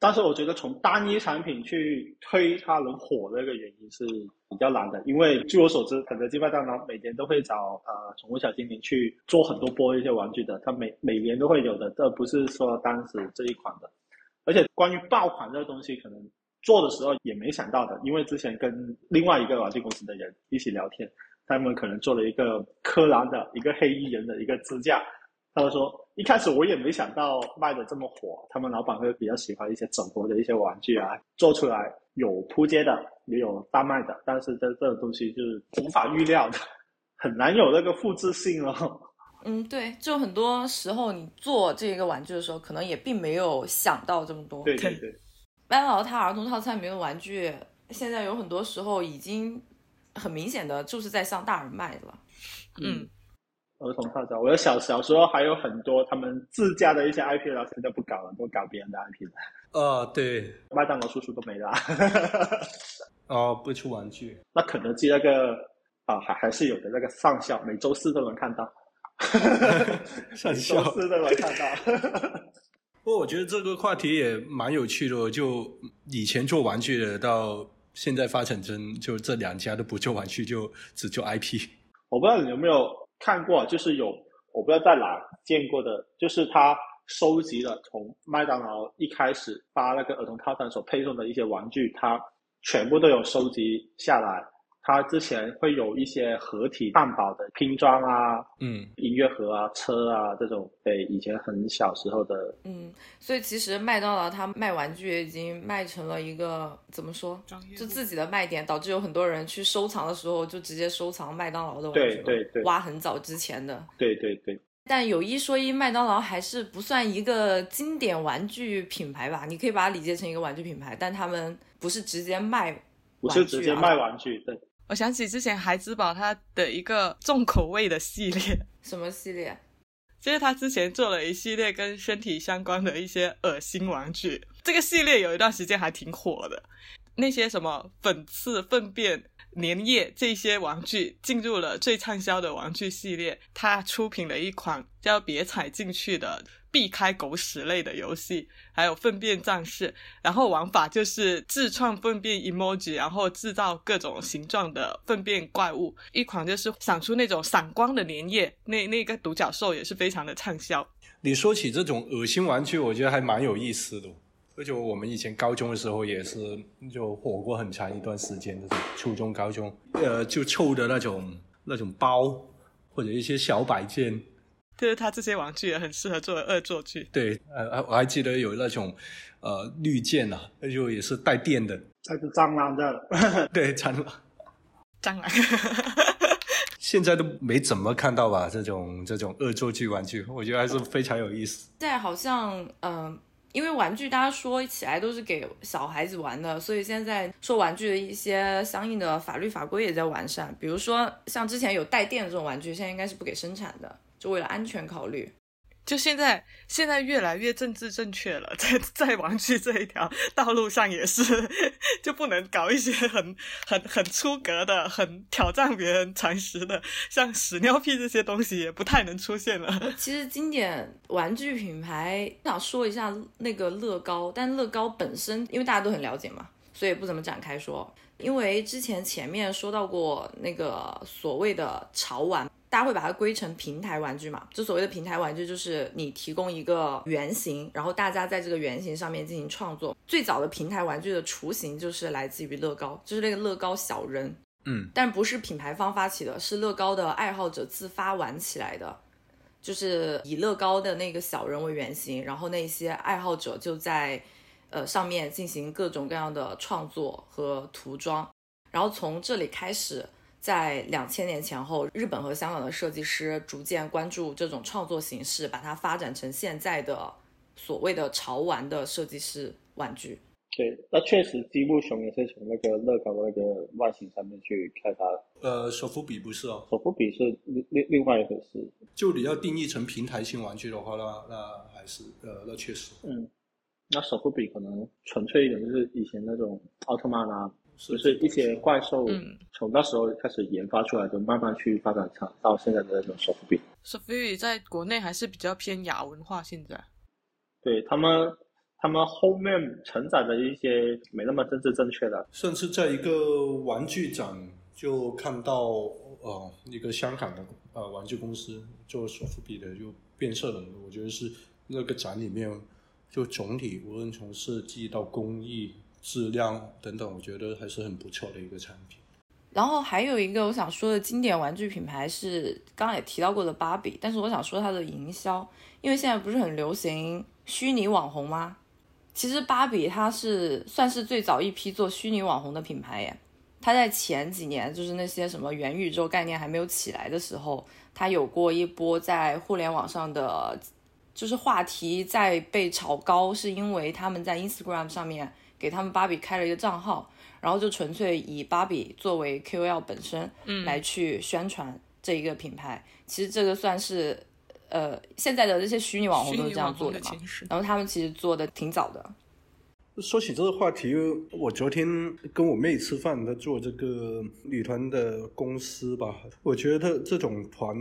但是我觉得从单一产品去推它能火的这个原因是比较难的，因为据我所知，肯德基、麦当劳每年都会找呃宠物小精灵去做很多波一些玩具的，它每每年都会有的，这不是说当时这一款的。而且关于爆款这个东西，可能做的时候也没想到的，因为之前跟另外一个玩具公司的人一起聊天，他们可能做了一个柯南的一个黑衣人的一个支架，他们说一开始我也没想到卖的这么火，他们老板会比较喜欢一些整活的一些玩具啊，做出来有扑街的也有大卖的，但是这这种东西就是无法预料的，很难有那个复制性哦。 嗯，对，就很多时候你做这个玩具的时候可能也并没有想到这么多。 对对对， 麦当劳它儿童套餐里面的玩具现在有很多时候已经很明显的就是在向大人卖了。 嗯， 儿童套餐，我的小小时候还有很多他们自家的一些 I P 了，现在不搞了，都搞别人的 I P 了。 啊，对， 麦当劳叔叔都没了。 哦，不出玩具。 那肯德基那个啊，还还是有的，那个上校每周四都能看到。 上校每周四都能看到。 不过我觉得这个话题也蛮有趣的，就以前做玩具的，到现在发展成就这两家都不做玩具，就只做 I P。 我不知道你有没有看过，就是有我不知道在哪见过的，就是他收集了从麦当劳一开始发那个儿童套餐所配送的一些玩具，他全部都有收集下来。他之前会有一些合体汉堡的拼装啊， 嗯， 音乐盒啊、车啊这种，对，以前很小时候的。 嗯，所以其实麦当劳它卖玩具也已经卖成了一个怎么说，就自己的卖点，导致有很多人去收藏的时候就直接收藏麦当劳的玩具， 对对对， 挖很早之前的。 对对对。 但有一说一，麦当劳还是不算一个经典玩具品牌吧？你可以把它理解成一个玩具品牌，但他们不是直接卖玩具、啊， 不是直接卖玩具，对。 我想起之前孩之宝它的一个重口味的系列。 什么系列？ 就是他之前做了一系列跟身体相关的一些恶心玩具，这个系列有一段时间还挺火的。那些什么粉刺、粪便、粘液这些玩具进入了最畅销的玩具系列，他出品了一款叫别踩进去的避开狗屎类的游戏，还有粪便战士，然后玩法就是自创粪便 emoji， 然后制造各种形状的粪便怪物。一款就是闪出那种闪光的粘液，那那个独角兽也是非常的畅销。 你说起这种恶心玩具，我觉得还蛮有意思的。而且我们以前高中的时候也是就火过很长一段时间，就是初中高中呃就臭的那种那种包或者一些小摆件， 就是他这些玩具也很适合作为恶作剧。 对，呃我还记得有那种呃绿箭啊，就也是带电的， 那是蟑螂的。 对，蟑螂蟑螂现在都没怎么看到吧，这种这种恶作剧玩具我觉得还是非常有意思。 现在好像嗯、呃因为玩具大家说起来都是给小孩子玩的，所以现在说玩具的一些相应的法律法规也在完善。比如说像之前有带电的这种玩具，现在应该是不给生产的，就为了安全考虑。 就现在现在越来越政治正确了，在在玩具这一条道路上也是就不能搞一些很很很出格的很挑战别人常识的，像屎尿屁这些东西也不太能出现了。 其实经典玩具品牌想说一下那个乐高，但乐高本身因为大家都很了解嘛，所以不怎么展开说。因为之前前面说到过那个所谓的潮玩，大家会把它归成平台玩具嘛，就所谓的平台玩具就是你提供一个原型，然后大家在这个原型上面进行创作。最早的平台玩具的雏形就是来自于乐高，就是那个乐高小人， 嗯， 但不是品牌方发起的，是乐高的爱好者自发玩起来的，就是以乐高的那个小人为原型，然后那些爱好者就在呃上面进行各种各样的创作和涂装，然后从这里开始，在两千年前后，日本和香港的设计师逐渐关注这种创作形式，把它发展成现在的所谓的潮玩的设计师玩具。 对，那确实积木熊也是从那个乐高的那个外形上面去开发。 呃，手扶笔不是哦， 手扶笔是另另另外一回事。 就你要定义成平台性玩具的话，那那还是呃，那确实。 嗯，那手扶笔可能纯粹一点，就是以前那种奥特曼啊，就是一些怪兽， 嗯， 从那时候开始研发出来的，慢慢去发展成到现在的那种手扶笔。 手扶笔在国内还是比较偏亚文化，现在。 对他们。 他们后面承载的一些没那么政治正确的。 上次在一个玩具展就看到呃一个香港的呃玩具公司做索夫比的就变色龙，我觉得是那个展里面就总体无论从设计到工艺质量等等，我觉得还是很不错的一个产品。 然后还有一个我想说的经典玩具品牌是刚刚也提到过的芭比，但是我想说它的营销，因为现在不是很流行虚拟网红吗？其实芭比它是算是最早一批做虚拟网红的品牌耶。它在前几年就是那些什么元宇宙概念还没有起来的时候，它有过一波在互联网上的就是话题在被炒高，是因为他们在 Instagram 上面给他们芭比开了一个账号，然后就纯粹以芭比作为 K O L 本身来去宣传这一个品牌、嗯、其实这个算是呃现在的这些虚拟网红都是这样做的嘛，然后他们其实做的挺早的。 说起这个话题，我昨天跟我妹吃饭，她做这个女团的公司吧，我觉得这种团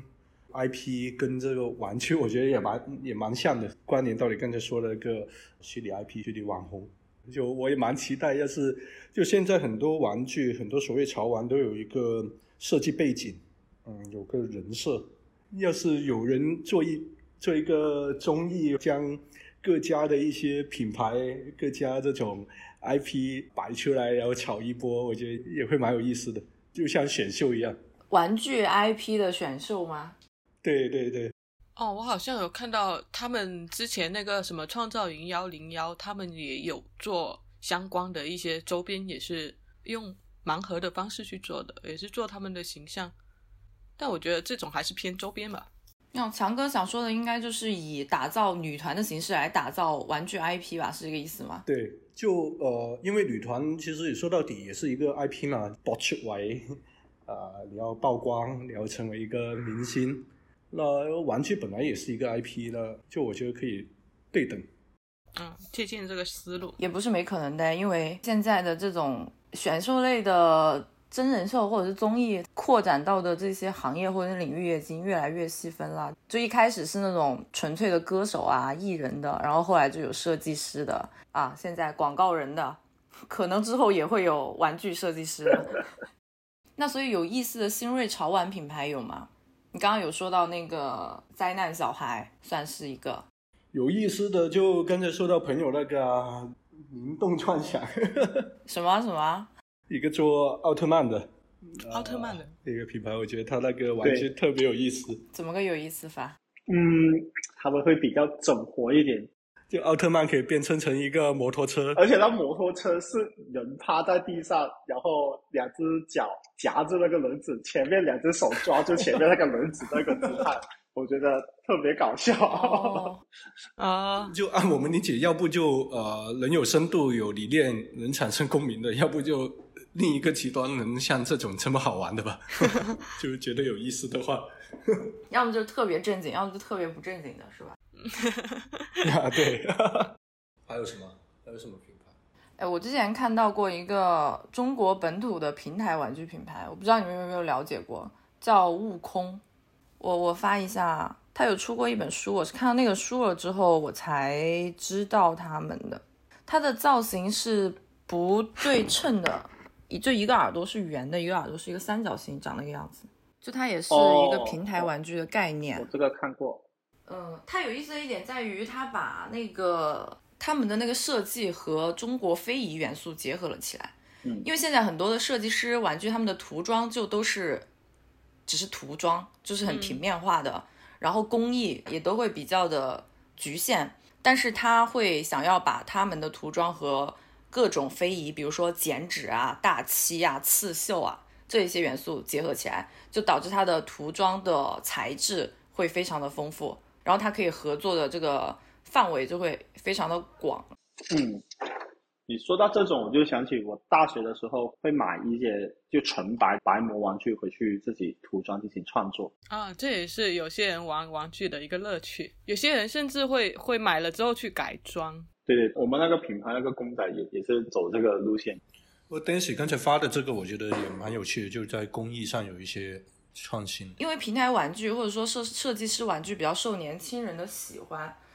I P 跟这个玩具我觉得也蛮也蛮像的，关联到你刚才说的那个虚拟 I P 虚拟网红，就我也蛮期待，要是就现在很多玩具很多所谓潮玩都有一个设计背景，嗯，有个人设，要是有人做一做一个综艺，将各家的一些品牌各家这种 I P 摆出来然后炒一波，我觉得也会蛮有意思的，就像选秀一样。 玩具 I P 的选秀吗？ 对对对。 哦，我好像有看到他们之前那个什么创造营一零一，他们也有做相关的一些周边，也是用盲盒的方式去做的，也是做他们的形象，但我觉得这种还是偏周边吧。 那强哥想说的应该就是以打造女团的形式来打造玩具 I P 吧，是这个意思吗？ 对，就呃，因为女团其实也说到底也是一个 I P 嘛，博出位，呃，你要曝光，你要成为一个明星，那玩具本来也是一个 I P 了，就我觉得可以对等。 嗯，借鉴这个思路也不是没可能的，因为现在的这种选秀类的真人秀或者是综艺扩展到的这些行业或者领域已经越来越细分了，就一开始是那种纯粹的歌手啊艺人的，然后后来就有设计师的啊，现在广告人的，可能之后也会有玩具设计师的那所以有意思的新锐潮玩品牌有吗？你刚刚有说到那个灾难小孩算是一个有意思的，就刚才说到朋友那个、啊、灵动幻想什么什么一个做奥特曼的奥特曼的、 呃、一个品牌，我觉得他那个玩具特别有意思。 怎么个有意思法？ 嗯，他们会比较整活一点， 就奥特曼可以变成成一个摩托车， 而且那摩托车是人趴在地上，然后两只脚夹住那个轮子，前面两只手抓住前面那个轮子那个姿态我觉得特别搞笑哦啊！ 就按我们理解，要不就呃人有深度有理念能产生共鸣的，要不就另一个极端能像这种这么好玩的吧就觉得有意思的话要么就特别正经，要么就特别不正经的是吧啊对还有什么还有什么品牌？ 哎，我之前看到过一个中国本土的平台玩具品牌，我不知道你们有没有了解过，叫悟空。我我发一下，他有出过一本书，我是看到那个书了之后我才知道他们的。它的造型是不对称的，就一个耳朵是圆的，一个耳朵是一个三角形长那个样子，就它也是一个平台玩具的概念。 哦、我这个看过。 嗯，它有意思的一点在于它把那个他们的那个设计和中国非遗元素结合了起来。 嗯， 因为现在很多的设计师玩具他们的涂装就都是只是涂装，就是很平面化的、嗯、然后工艺也都会比较的局限，但是他会想要把他们的涂装和各种非遗，比如说剪纸啊、大漆啊、刺绣啊这一些元素结合起来，就导致它的涂装的材质会非常的丰富，然后它可以合作的这个范围就会非常的广。 嗯，你说到这种，我就想起我大学的时候会买一些就纯白白膜玩具回去自己涂装进行创作啊，这也是有些人玩玩具的一个乐趣，有些人甚至会会买了之后去改装。 对对，我们那个品牌那个公仔也也是走这个路线。 我 Dancy 刚才发的这个我觉得也蛮有趣的，就在工艺上有一些创新。 因为平台玩具或者说设设计师玩具比较受年轻人的喜欢，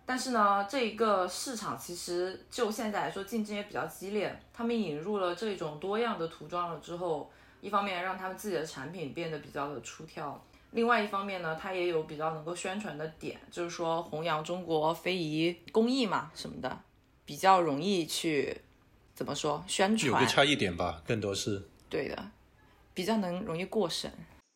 但是呢，这一个市场其实就现在来说竞争也比较激烈，他们引入了这种多样的涂装了之后，一方面让他们自己的产品变得比较的出挑，另外一方面呢，它也有比较能够宣传的点，就是说弘扬中国非遗工艺嘛什么的，比较容易去怎么说宣传， 有个差异点吧，更多是对的，比较能容易过审。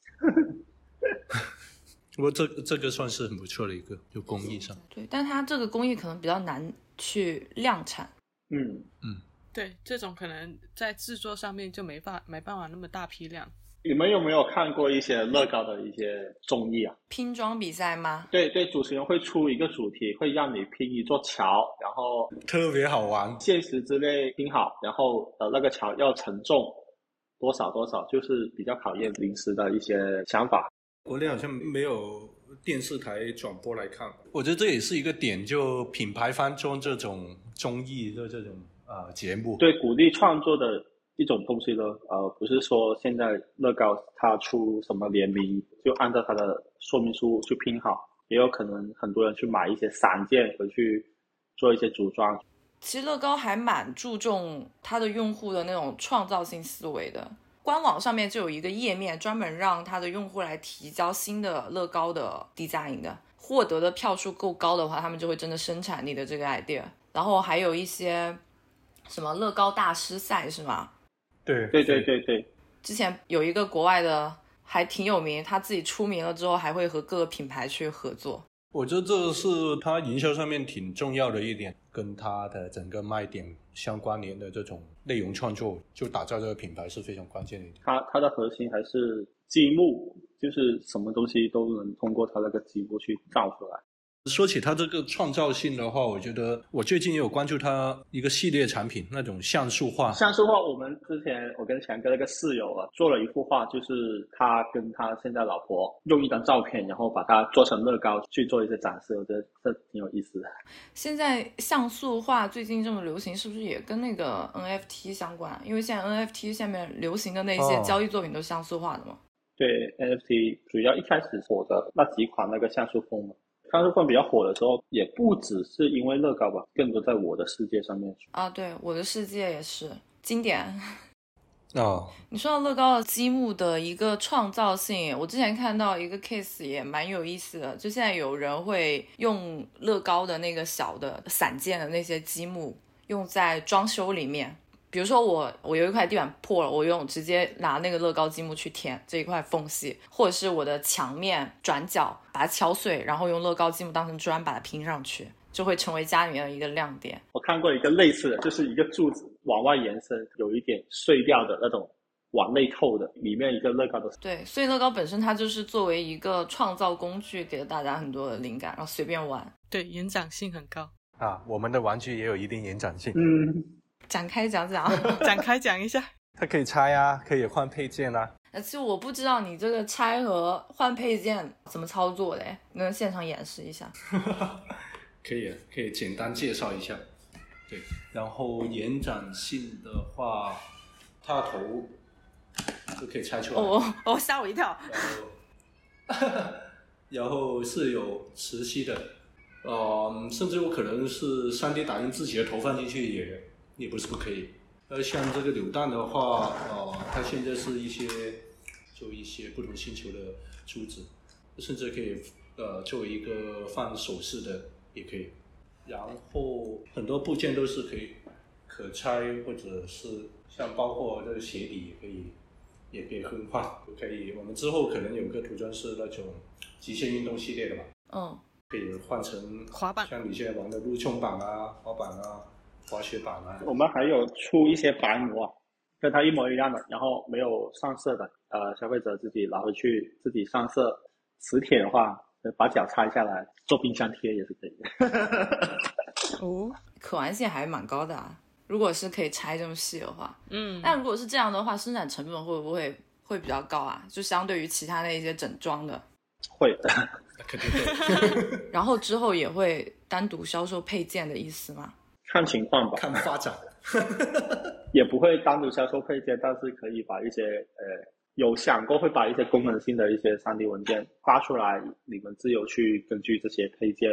不过这这个算是很不错的一个，就工艺上。 对，但它这个工艺可能比较难去量产。 嗯嗯， 对，这种可能在制作上面就没法没办法那么大批量。 你们有没有看过一些乐高的一些综艺啊？ 拼装比赛吗？ 对对，主持人会出一个主题，会让你拼一座桥，然后特别好玩。 限时之内拼好，然后呃那个桥要承重多少多少，就是比较考验临时的一些想法。 国内好像没有电视台转播来看， 我觉得这也是一个点，就品牌方做这种综艺的这种呃节目， 对，鼓励创作的一种东西呢，呃，不是说现在乐高它出什么联名就按照它的说明书去拼好，也有可能很多人去买一些散件回去做一些组装。 其实乐高还蛮注重它的用户的那种创造性思维的。官网上面就有一个页面专门让它的用户来提交新的乐高的 design 的，获得的票数够高的话，他们就会真的生产你的这个 idea。然后还有一些什么乐高大师赛是吗？ 对对对对对， 之前有一个国外的还挺有名，他自己出名了之后还会和各个品牌去合作。 我觉得这是它营销上面挺重要的一点，跟它的整个卖点相关联的这种内容创作，就打造这个品牌是非常关键的一点。 它它的核心还是积木，就是什么东西都能通过它那个积木去造出来。 说起它这个创造性的话，我觉得我最近也有关注它一个系列产品，那种像素画。 像素画，我们之前我跟强哥那个室友啊，做了一幅画，就是他跟他现在老婆用一张照片，然后把它做成乐高去做一些展示，我觉得这挺有意思的。 现在像素画最近这么流行，是不是也跟那个 N F T 相关？因为现在 N F T 下面流行的那些交易作品都是像素画的嘛。 对 N F T 主要一开始火的那几款那个像素风嘛。像素风比较火的时候，也不只是因为乐高吧，更多在我的世界上面啊，对，我的世界也是经典。 哦， 你说到乐高的积木的一个创造性，我之前看到一个 case 也蛮有意思的，就现在有人会用乐高的那个小的散件的那些积木用在装修里面。比如说我我有一块地板破了，我用直接拿那个乐高积木去填这一块缝隙，或者是我的墙面转角把它敲碎，然后用乐高积木当成砖把它拼上去，就会成为家里面的一个亮点。 我看过一个类似的，就是一个柱子往外延伸，有一点碎掉的那种往内透的，里面一个乐高的。 对，所以乐高本身它就是作为一个创造工具，给了大家很多的灵感，然后随便玩。 对，延展性很高啊，我们的玩具也有一定延展性。 嗯， 展开讲讲展开讲一下。 它可以拆啊，可以换配件啊。 其实我不知道你这个拆和换配件怎么操作的，你能现场演示一下？ 可以，可以简单介绍一下。 对，然后延展性的话，它头就可以拆出来。 哦哦，吓我一跳。 然后，然后是有磁吸的，呃，甚至有可能是 三 D 打印自己的头放进去也也不是不可以。呃，像这个扭蛋的话，呃，它现在是一些就一些不同星球的珠子，甚至可以呃作为一个放首饰的也可以。然后很多部件都是可以可拆，或者是像包括这个鞋底也可以也可以更换，可以。我们之后可能有个涂装是那种极限运动系列的嘛， 嗯， 可以换成滑板， 像你现在玩的路冲板啊、滑板啊、滑雪板啊。 我们还有出一些白模啊，跟它一模一样的，然后没有上色的，呃，消费者自己拿回去自己上色。磁铁的话，把脚拆下来做冰箱贴也是可以的。 哦，可玩性还蛮高的啊！如果是可以拆这么细的话， 嗯， 那如果是这样的话，生产成本会不会会比较高啊？就相对于其他的一些整装的， 会的， 肯定会。 然后之后也会单独销售配件的意思吗？ 看情况吧， 看发展。 也不会单独销售配件，但是可以把一些呃有想过会把一些功能性的一些 三 D 文件发出来，你们自由去根据这些配件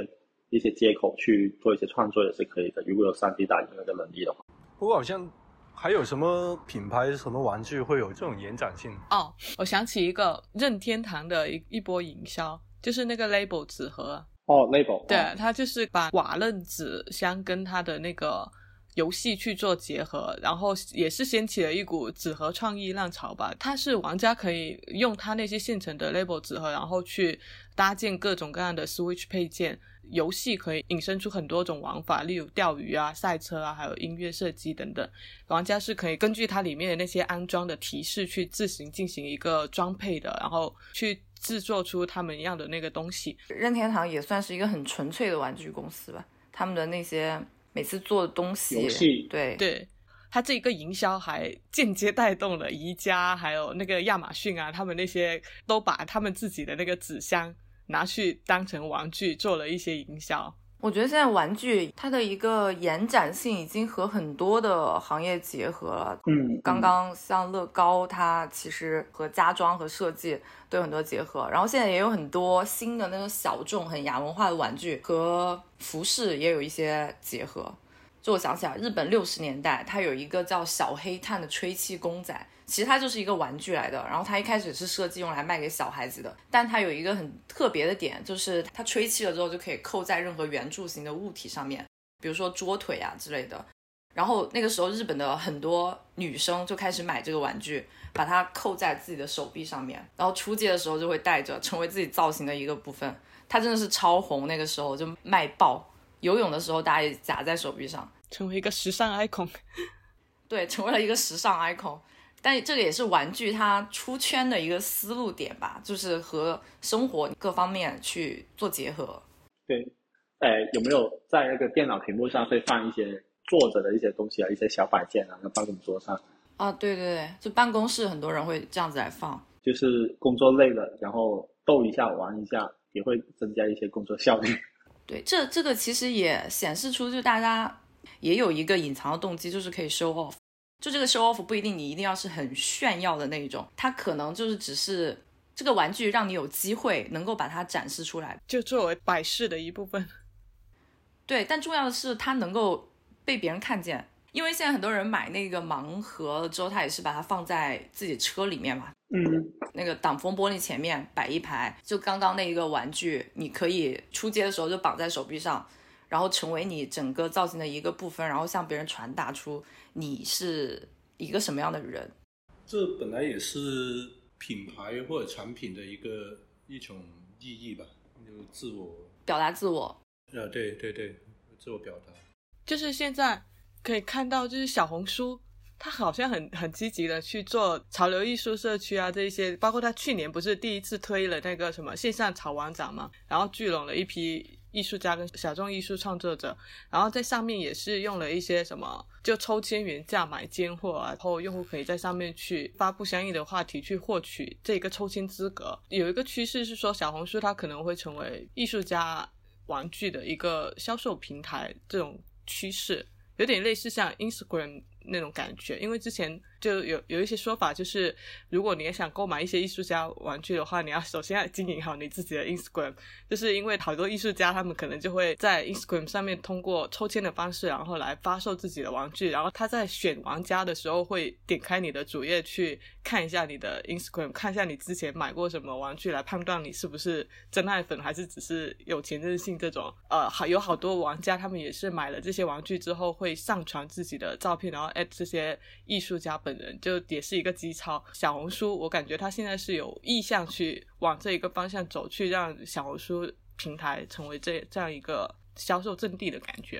一些接口去做一些创作也是可以的，如果有 三 D 打印那个能力的话。 不过好像还有什么品牌什么玩具会有这种延展性？ 哦，我想起一个任天堂的一一波营销，就是那个 Label 纸盒。 哦 Label 对、 哦、 它就是把瓦楞纸箱跟它的那个游戏去做结合，然后也是掀起了一股纸盒创意浪潮吧。它是玩家可以用它那些现成的 Label 纸盒，然后去搭建各种各样的 Switch 配件，游戏可以引申出很多种玩法，例如钓鱼啊、赛车啊，还有音乐射击等等。玩家是可以根据它里面的那些安装的提示去自行进行一个装配的，然后去制作出他们要的那个东西。 任天堂也算是一个很纯粹的玩具公司吧，他们的那些每次做的东西， 游戏对对，它这一个营销还间接带动了宜家还有那个亚马逊啊，他们那些都把他们自己的那个纸箱拿去当成玩具做了一些营销。 我觉得现在玩具它的一个延展性已经和很多的行业结合了。 嗯， 刚刚像乐高，它其实和家装和设计都有很多结合，然后现在也有很多新的那种小众很亚文化的玩具和服饰也有一些结合。就我想起来日本六十年代它有一个叫小黑炭的吹气公仔，其实它就是一个玩具来的，然后它一开始是设计用来卖给小孩子的，但它有一个很特别的点，就是它吹气了之后就可以扣在任何圆柱形的物体上面，比如说桌腿啊之类的。然后那个时候日本的很多女生就开始买这个玩具，把它扣在自己的手臂上面，然后出街的时候就会带着，成为自己造型的一个部分。它真的是超红，那个时候就卖爆，游泳的时候大家也夹在手臂上， 成为一个时尚 icon。 对，成为了一个时尚 icon。 但这个也是玩具它出圈的一个思路点吧，就是和生活各方面去做结合。 对，哎，有没有在那个电脑屏幕上会放一些坐着的一些东西啊，一些小摆件啊，在办公桌上？ 啊，对对对，就办公室很多人会这样子来放， 就是工作累了，然后逗一下玩一下，也会增加一些工作效率。 对，这这个其实也显示出就大家也有一个隐藏的动机，就是可以 show off。就这个 show off 不一定你一定要是很炫耀的那一种，它可能就是只是这个玩具让你有机会能够把它展示出来， 就作为摆饰的一部分。 对，但重要的是它能够被别人看见，因为现在很多人买那个盲盒了之后，他也是把它放在自己车里面嘛， 嗯， 那个挡风玻璃前面摆一排，就刚刚那一个玩具，你可以出街的时候就绑在手臂上，然后成为你整个造型的一个部分，然后向别人传达出你是一个什么样的人。 这本来也是品牌或者产品的一个一种意义吧，就自我表达自我。 呃，对对对，自我表达。 就是现在可以看到，就是小红书他好像很很积极的去做潮流艺术社区啊，这一些，包括他去年不是第一次推了那个什么线上潮玩展嘛，然后聚拢了一批艺术家跟小众艺术创作者，然后在上面也是用了一些什么就抽签原价买尖货啊，然后用户可以在上面去发布相应的话题去获取这个抽签资格。有一个趋势是说小红书它可能会成为艺术家玩具的一个销售平台，这种趋势有点类似像 Instagram 那种感觉，因为之前就有有一些说法，就是如果你也想购买一些艺术家玩具的话，你要首先要经营好你自己的 Instagram， 就是因为好多艺术家他们可能就会在 Instagram 上面通过抽签的方式然后来发售自己的玩具，然后他在选玩家的时候会点开你的主页去看一下你的 Instagram， 看一下你之前买过什么玩具，来判断你是不是真爱粉还是只是有钱任性这种。呃，有好多玩家他们也是买了这些玩具之后会上传自己的照片，然后 at 这些艺术家本人，就也是一个基操。小红书我感觉它现在是有意向去往这一个方向走，去让小红书平台成为这这样一个销售阵地的感觉。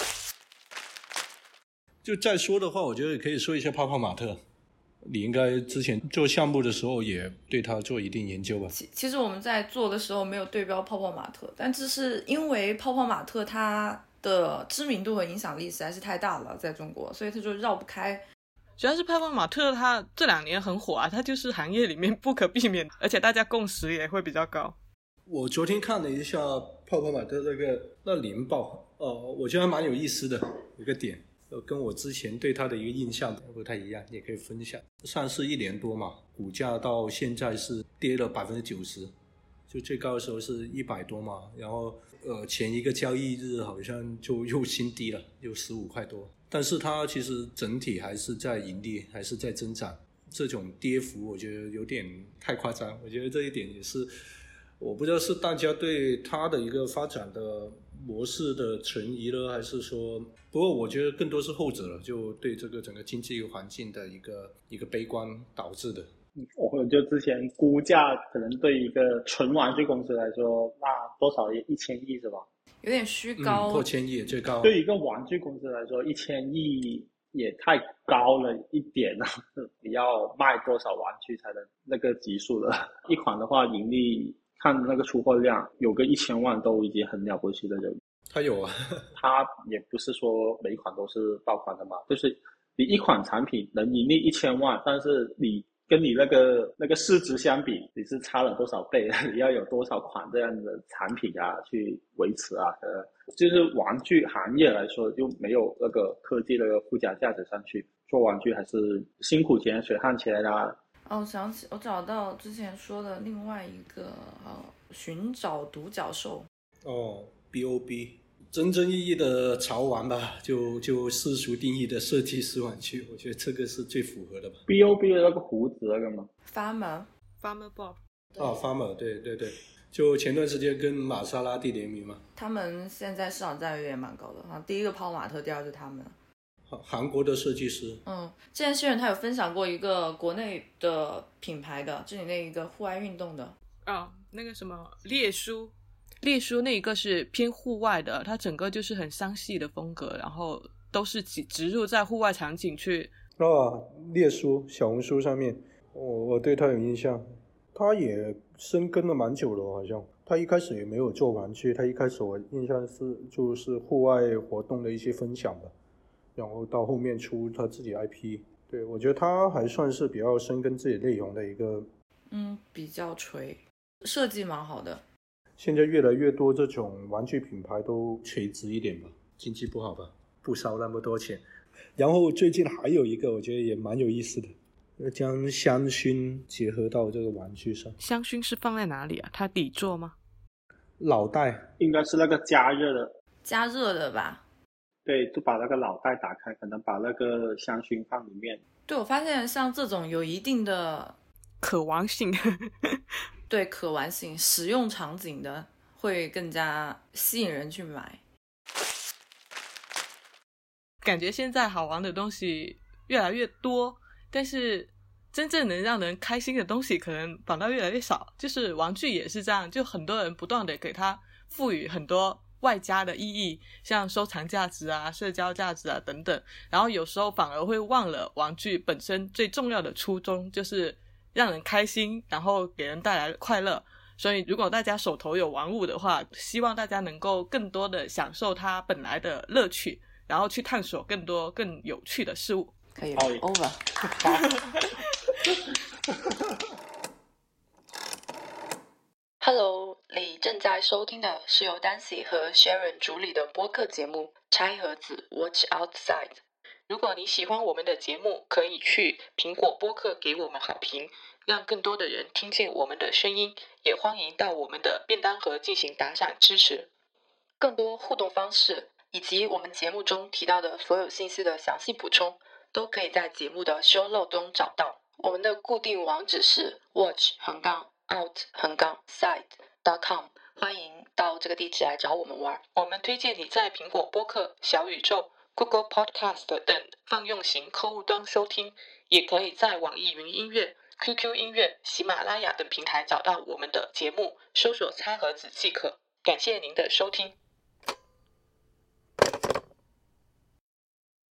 就再说的话，我觉得可以说一下泡泡玛特，你应该之前做项目的时候也对它做一定研究吧？ 其其实我们在做的时候没有对标泡泡玛特，但这是因为泡泡玛特它的知名度和影响力实在是太大了，在中国，所以它就绕不开。 主要是泡泡玛特它这两年很火啊，它就是行业里面不可避免，而且大家共识也会比较高。 我昨天看了一下泡泡玛特那个那年报，呃，我觉得还蛮有意思的一个点，跟我之前对它的一个印象不太一样，也可以分享。上市一年多嘛，股价到现在是跌了百分之九十，就最高的时候是一百多嘛，然后呃前一个交易日好像就又新低了，又十五块多，但是它其实整体还是在盈利，还是在增长。这种跌幅我觉得有点太夸张，我觉得这一点也是我不知道是大家对它的一个发展的模式的存疑了，还是说，不过我觉得更多是后者了，就对这个整个经济环境的一个一个悲观导致的。 我就之前估价可能对一个纯玩具公司来说，那多少一千亿是吧？ 有点虚高， 嗯、破千亿最高。 对于一个玩具公司来说，一千亿也太高了一点了。你要卖多少玩具才能那个级数了？一款的话，盈利看那个出货量有个一千万都已经很了不起的人。 他有啊， 他也不是说每一款都是爆款的嘛，就是你一款产品能盈利一千万，但是你跟你那个那个市值相比，你是差了多少倍？你要有多少款这样的产品啊去维持啊？呃，就是玩具行业来说，就没有那个科技的附加价值上去做玩具，还是辛苦钱水汗钱啊。 哦，我想起我找到之前说的另外一个呃，寻找独角兽。 哦 ，B O B。真正意义的潮玩吧，就就世俗定义的设计师玩具，我觉得这个是最符合的吧。 B O B 的那个胡子那个吗 ？Farmer Farmer Bob。 啊 ，Farmer， 对对对，就前段时间跟玛莎拉蒂联名嘛。 他们现在市场占有率也蛮高的，啊，第一个泡马特，第二就是他们。 韩国的设计师。 嗯，之前新人他有分享过一个国内的品牌的，就是那一个户外运动的。 啊、哦，那个什么猎书。猎书那一个是偏户外的，它整个就是很香系的风格，然后都是植入在户外场景去。 哦，猎书小红书上面，我我对他有印象，他也深耕了蛮久了，好像他一开始也没有做玩具，他一开始我印象是就是户外活动的一些分享吧，然后到后面出他自己 I P， 对，我觉得他还算是比较深耕自己内容的一个， 嗯，比较垂，设计蛮好的。 现在越来越多这种玩具品牌都垂直一点吧，经济不好吧，不烧那么多钱。然后最近还有一个我觉得也蛮有意思的，将香薰结合到这个玩具上。 香薰是放在哪里啊？它底座吗？ 脑袋应该是那个加热的， 加热的吧？ 对，就把那个脑袋打开，可能把那个香薰放里面。 对，我发现像这种有一定的可玩性。 对，可玩性使用场景的会更加吸引人去买。 感觉现在好玩的东西越来越多，但是真正能让人开心的东西可能反倒越来越少。就是玩具也是这样，就很多人不断的给它赋予很多外加的意义，像收藏价值啊、社交价值啊等等，然后有时候反而会忘了玩具本身最重要的初衷，就是让人开心，然后给人带来快乐。所以如果大家手头有玩物的话，希望大家能够更多的享受它本来的乐趣，然后去探索更多更有趣的事物。 可以 over。 Hello， 你正在收听的是由 Dancy 和 Sharon 主理的播客节目拆盒子 Watch Outside。 如果你喜欢我们的节目，可以去苹果播客给我们好评，让更多的人听见我们的声音，也欢迎到我们的便当盒进行打赏支持。 更多互动方式以及我们节目中提到的所有信息的详细补充，都可以在节目的 show note 中找到。我们的固定网址是 watch 横杠 out 横杠 side dot com， 欢迎到这个地址来找我们玩。 我们推荐你在苹果播客、小宇宙、Google Podcast 等泛用型客户端收听，也可以在网易云音乐、Q Q 音乐、喜马拉雅等平台找到我们的节目，搜索拆盒子即可。感谢您的收听。